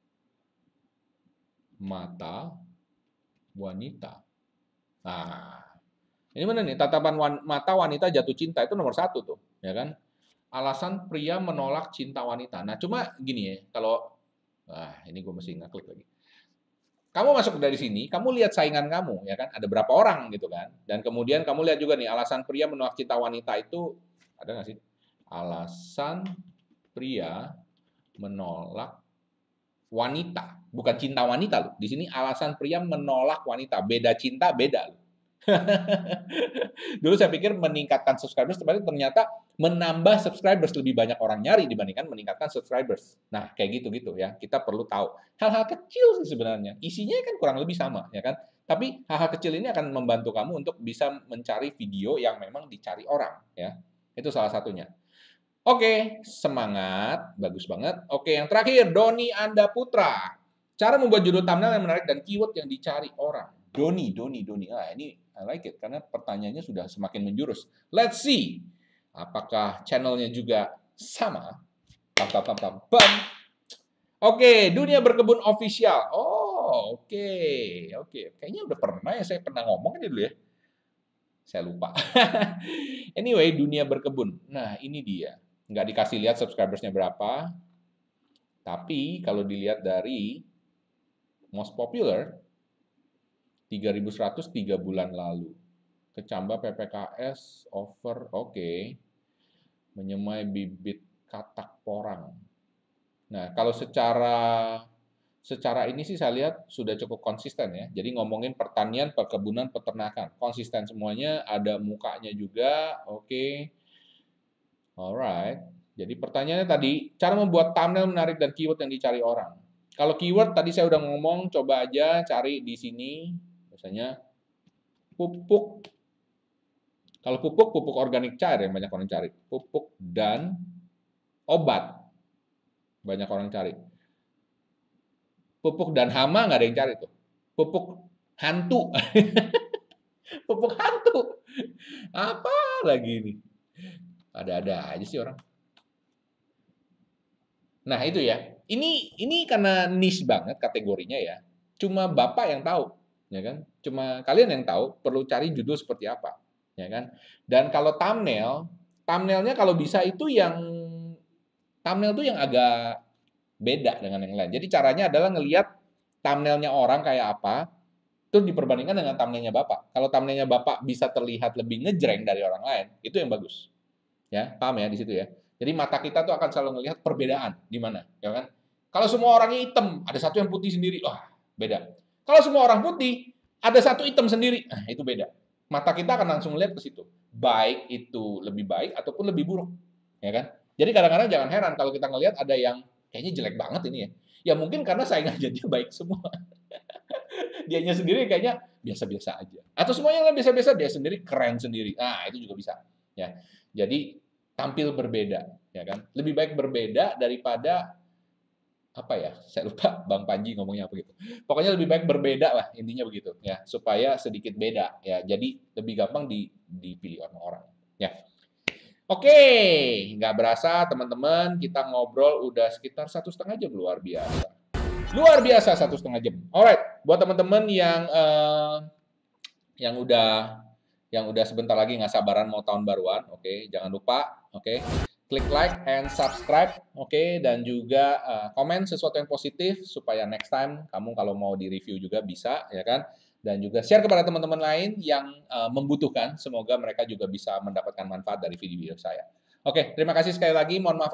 mata wanita. Nah, ini mana nih? Tatapan wan, mata wanita jatuh cinta itu nomor satu tuh, ya kan? Alasan pria menolak cinta wanita. Nah, cuma gini ya, kalau, wah ini gue mesti ngeklik lagi. Kamu masuk dari sini, kamu lihat saingan kamu, ya kan? Ada berapa orang gitu kan? Dan kemudian kamu lihat juga nih, alasan pria menolak cinta wanita itu ada nggak sih? Alasan pria menolak wanita, bukan cinta wanita loh. Di sini alasan pria menolak wanita, beda cinta, beda loh. Dulu saya pikir meningkatkan subscribers, ternyata menambah subscribers, lebih banyak orang nyari dibandingkan meningkatkan subscribers. Nah, kayak gitu-gitu ya. Kita perlu tahu. Hal-hal kecil sih sebenarnya. Isinya kan kurang lebih sama, ya kan? Tapi hal-hal kecil ini akan membantu kamu untuk bisa mencari video yang memang dicari orang, ya. Itu salah satunya. Oke, semangat, bagus banget. Oke, yang terakhir, Doni Anda Putra. Cara membuat judul thumbnail yang menarik dan keyword yang dicari orang. Doni, Doni, Doni. Ah, ini I like it, karena pertanyaannya sudah semakin menjurus. Let's see. Apakah channelnya juga sama? Pam, pam, pam, pam, pam. Oke, Dunia Berkebun Official. Oh, oke. Oke, kayaknya udah pernah ya, saya pernah ngomong ini dulu ya. Saya lupa. Anyway, Dunia Berkebun. Nah, ini dia. Nggak dikasih lihat subscribersnya berapa. Tapi kalau dilihat dari most popular, tiga ribu seratus tiga bulan lalu. Kecamba P P K S over, oke. Okay. Menyemai bibit katak porang. Nah, kalau secara secara ini sih saya lihat sudah cukup konsisten ya. Jadi ngomongin pertanian, perkebunan, peternakan. Konsisten semuanya, ada mukanya juga, oke. Okay. Alright. Jadi pertanyaannya tadi, cara membuat thumbnail menarik dan keyword yang dicari orang. Kalau keyword tadi saya udah ngomong, coba aja cari di sini. Misalnya pupuk. Kalau pupuk, pupuk organik cair yang banyak orang cari. Pupuk dan obat. Banyak orang cari. Pupuk dan hama nggak ada yang cari tuh. Pupuk hantu. Pupuk hantu. Apa lagi ini? Ada-ada aja sih orang. Nah, itu ya. Ini ini karena niche banget kategorinya ya. Cuma Bapak yang tahu, ya kan? Cuma kalian yang tahu perlu cari judul seperti apa, ya kan? Dan kalau thumbnail, thumbnailnya kalau bisa itu yang thumbnail tuh yang agak beda dengan yang lain. Jadi caranya adalah ngelihat thumbnailnya orang kayak apa, terus diperbandingkan dengan thumbnailnya Bapak. Kalau thumbnailnya Bapak bisa terlihat lebih ngejreng dari orang lain, itu yang bagus. Ya, paham ya di situ ya. Jadi mata kita tuh akan selalu ngelihat perbedaan di mana, ya kan? Kalau semua orangnya hitam, ada satu yang putih sendiri, wah, beda. Kalau semua orang putih, ada satu hitam sendiri, nah itu beda. Mata kita akan langsung lihat ke situ. Baik itu lebih baik ataupun lebih buruk, ya kan? Jadi kadang-kadang jangan heran kalau kita ngelihat ada yang kayaknya jelek banget ini ya. Ya mungkin karena saingannya dia baik semua. Dianya sendiri kayaknya biasa-biasa aja. Atau semuanya yang biasa-biasa, dia sendiri keren sendiri. Nah, itu juga bisa. Ya. Jadi tampil berbeda, ya kan? Lebih baik berbeda daripada apa ya? Saya lupa Bang Panji ngomongnya apa gitu. Pokoknya lebih baik berbeda lah, intinya begitu, ya. Supaya sedikit beda, ya. Jadi lebih gampang di, dipilih sama orang, ya. Oke, nggak berasa teman-teman, kita ngobrol udah sekitar satu setengah jam, luar biasa. Luar biasa satu setengah jam. Alright, buat teman-teman yang uh, yang udah yang udah sebentar lagi nggak sabaran mau tahun baruan, oke, okay, jangan lupa, oke, okay, klik like and subscribe, oke, okay, dan juga uh, komen sesuatu yang positif supaya next time kamu kalau mau di review juga bisa, ya kan? Dan juga share kepada teman-teman lain yang uh, membutuhkan. Semoga mereka juga bisa mendapatkan manfaat dari video-video saya. Oke, okay, terima kasih sekali lagi. Mohon maaf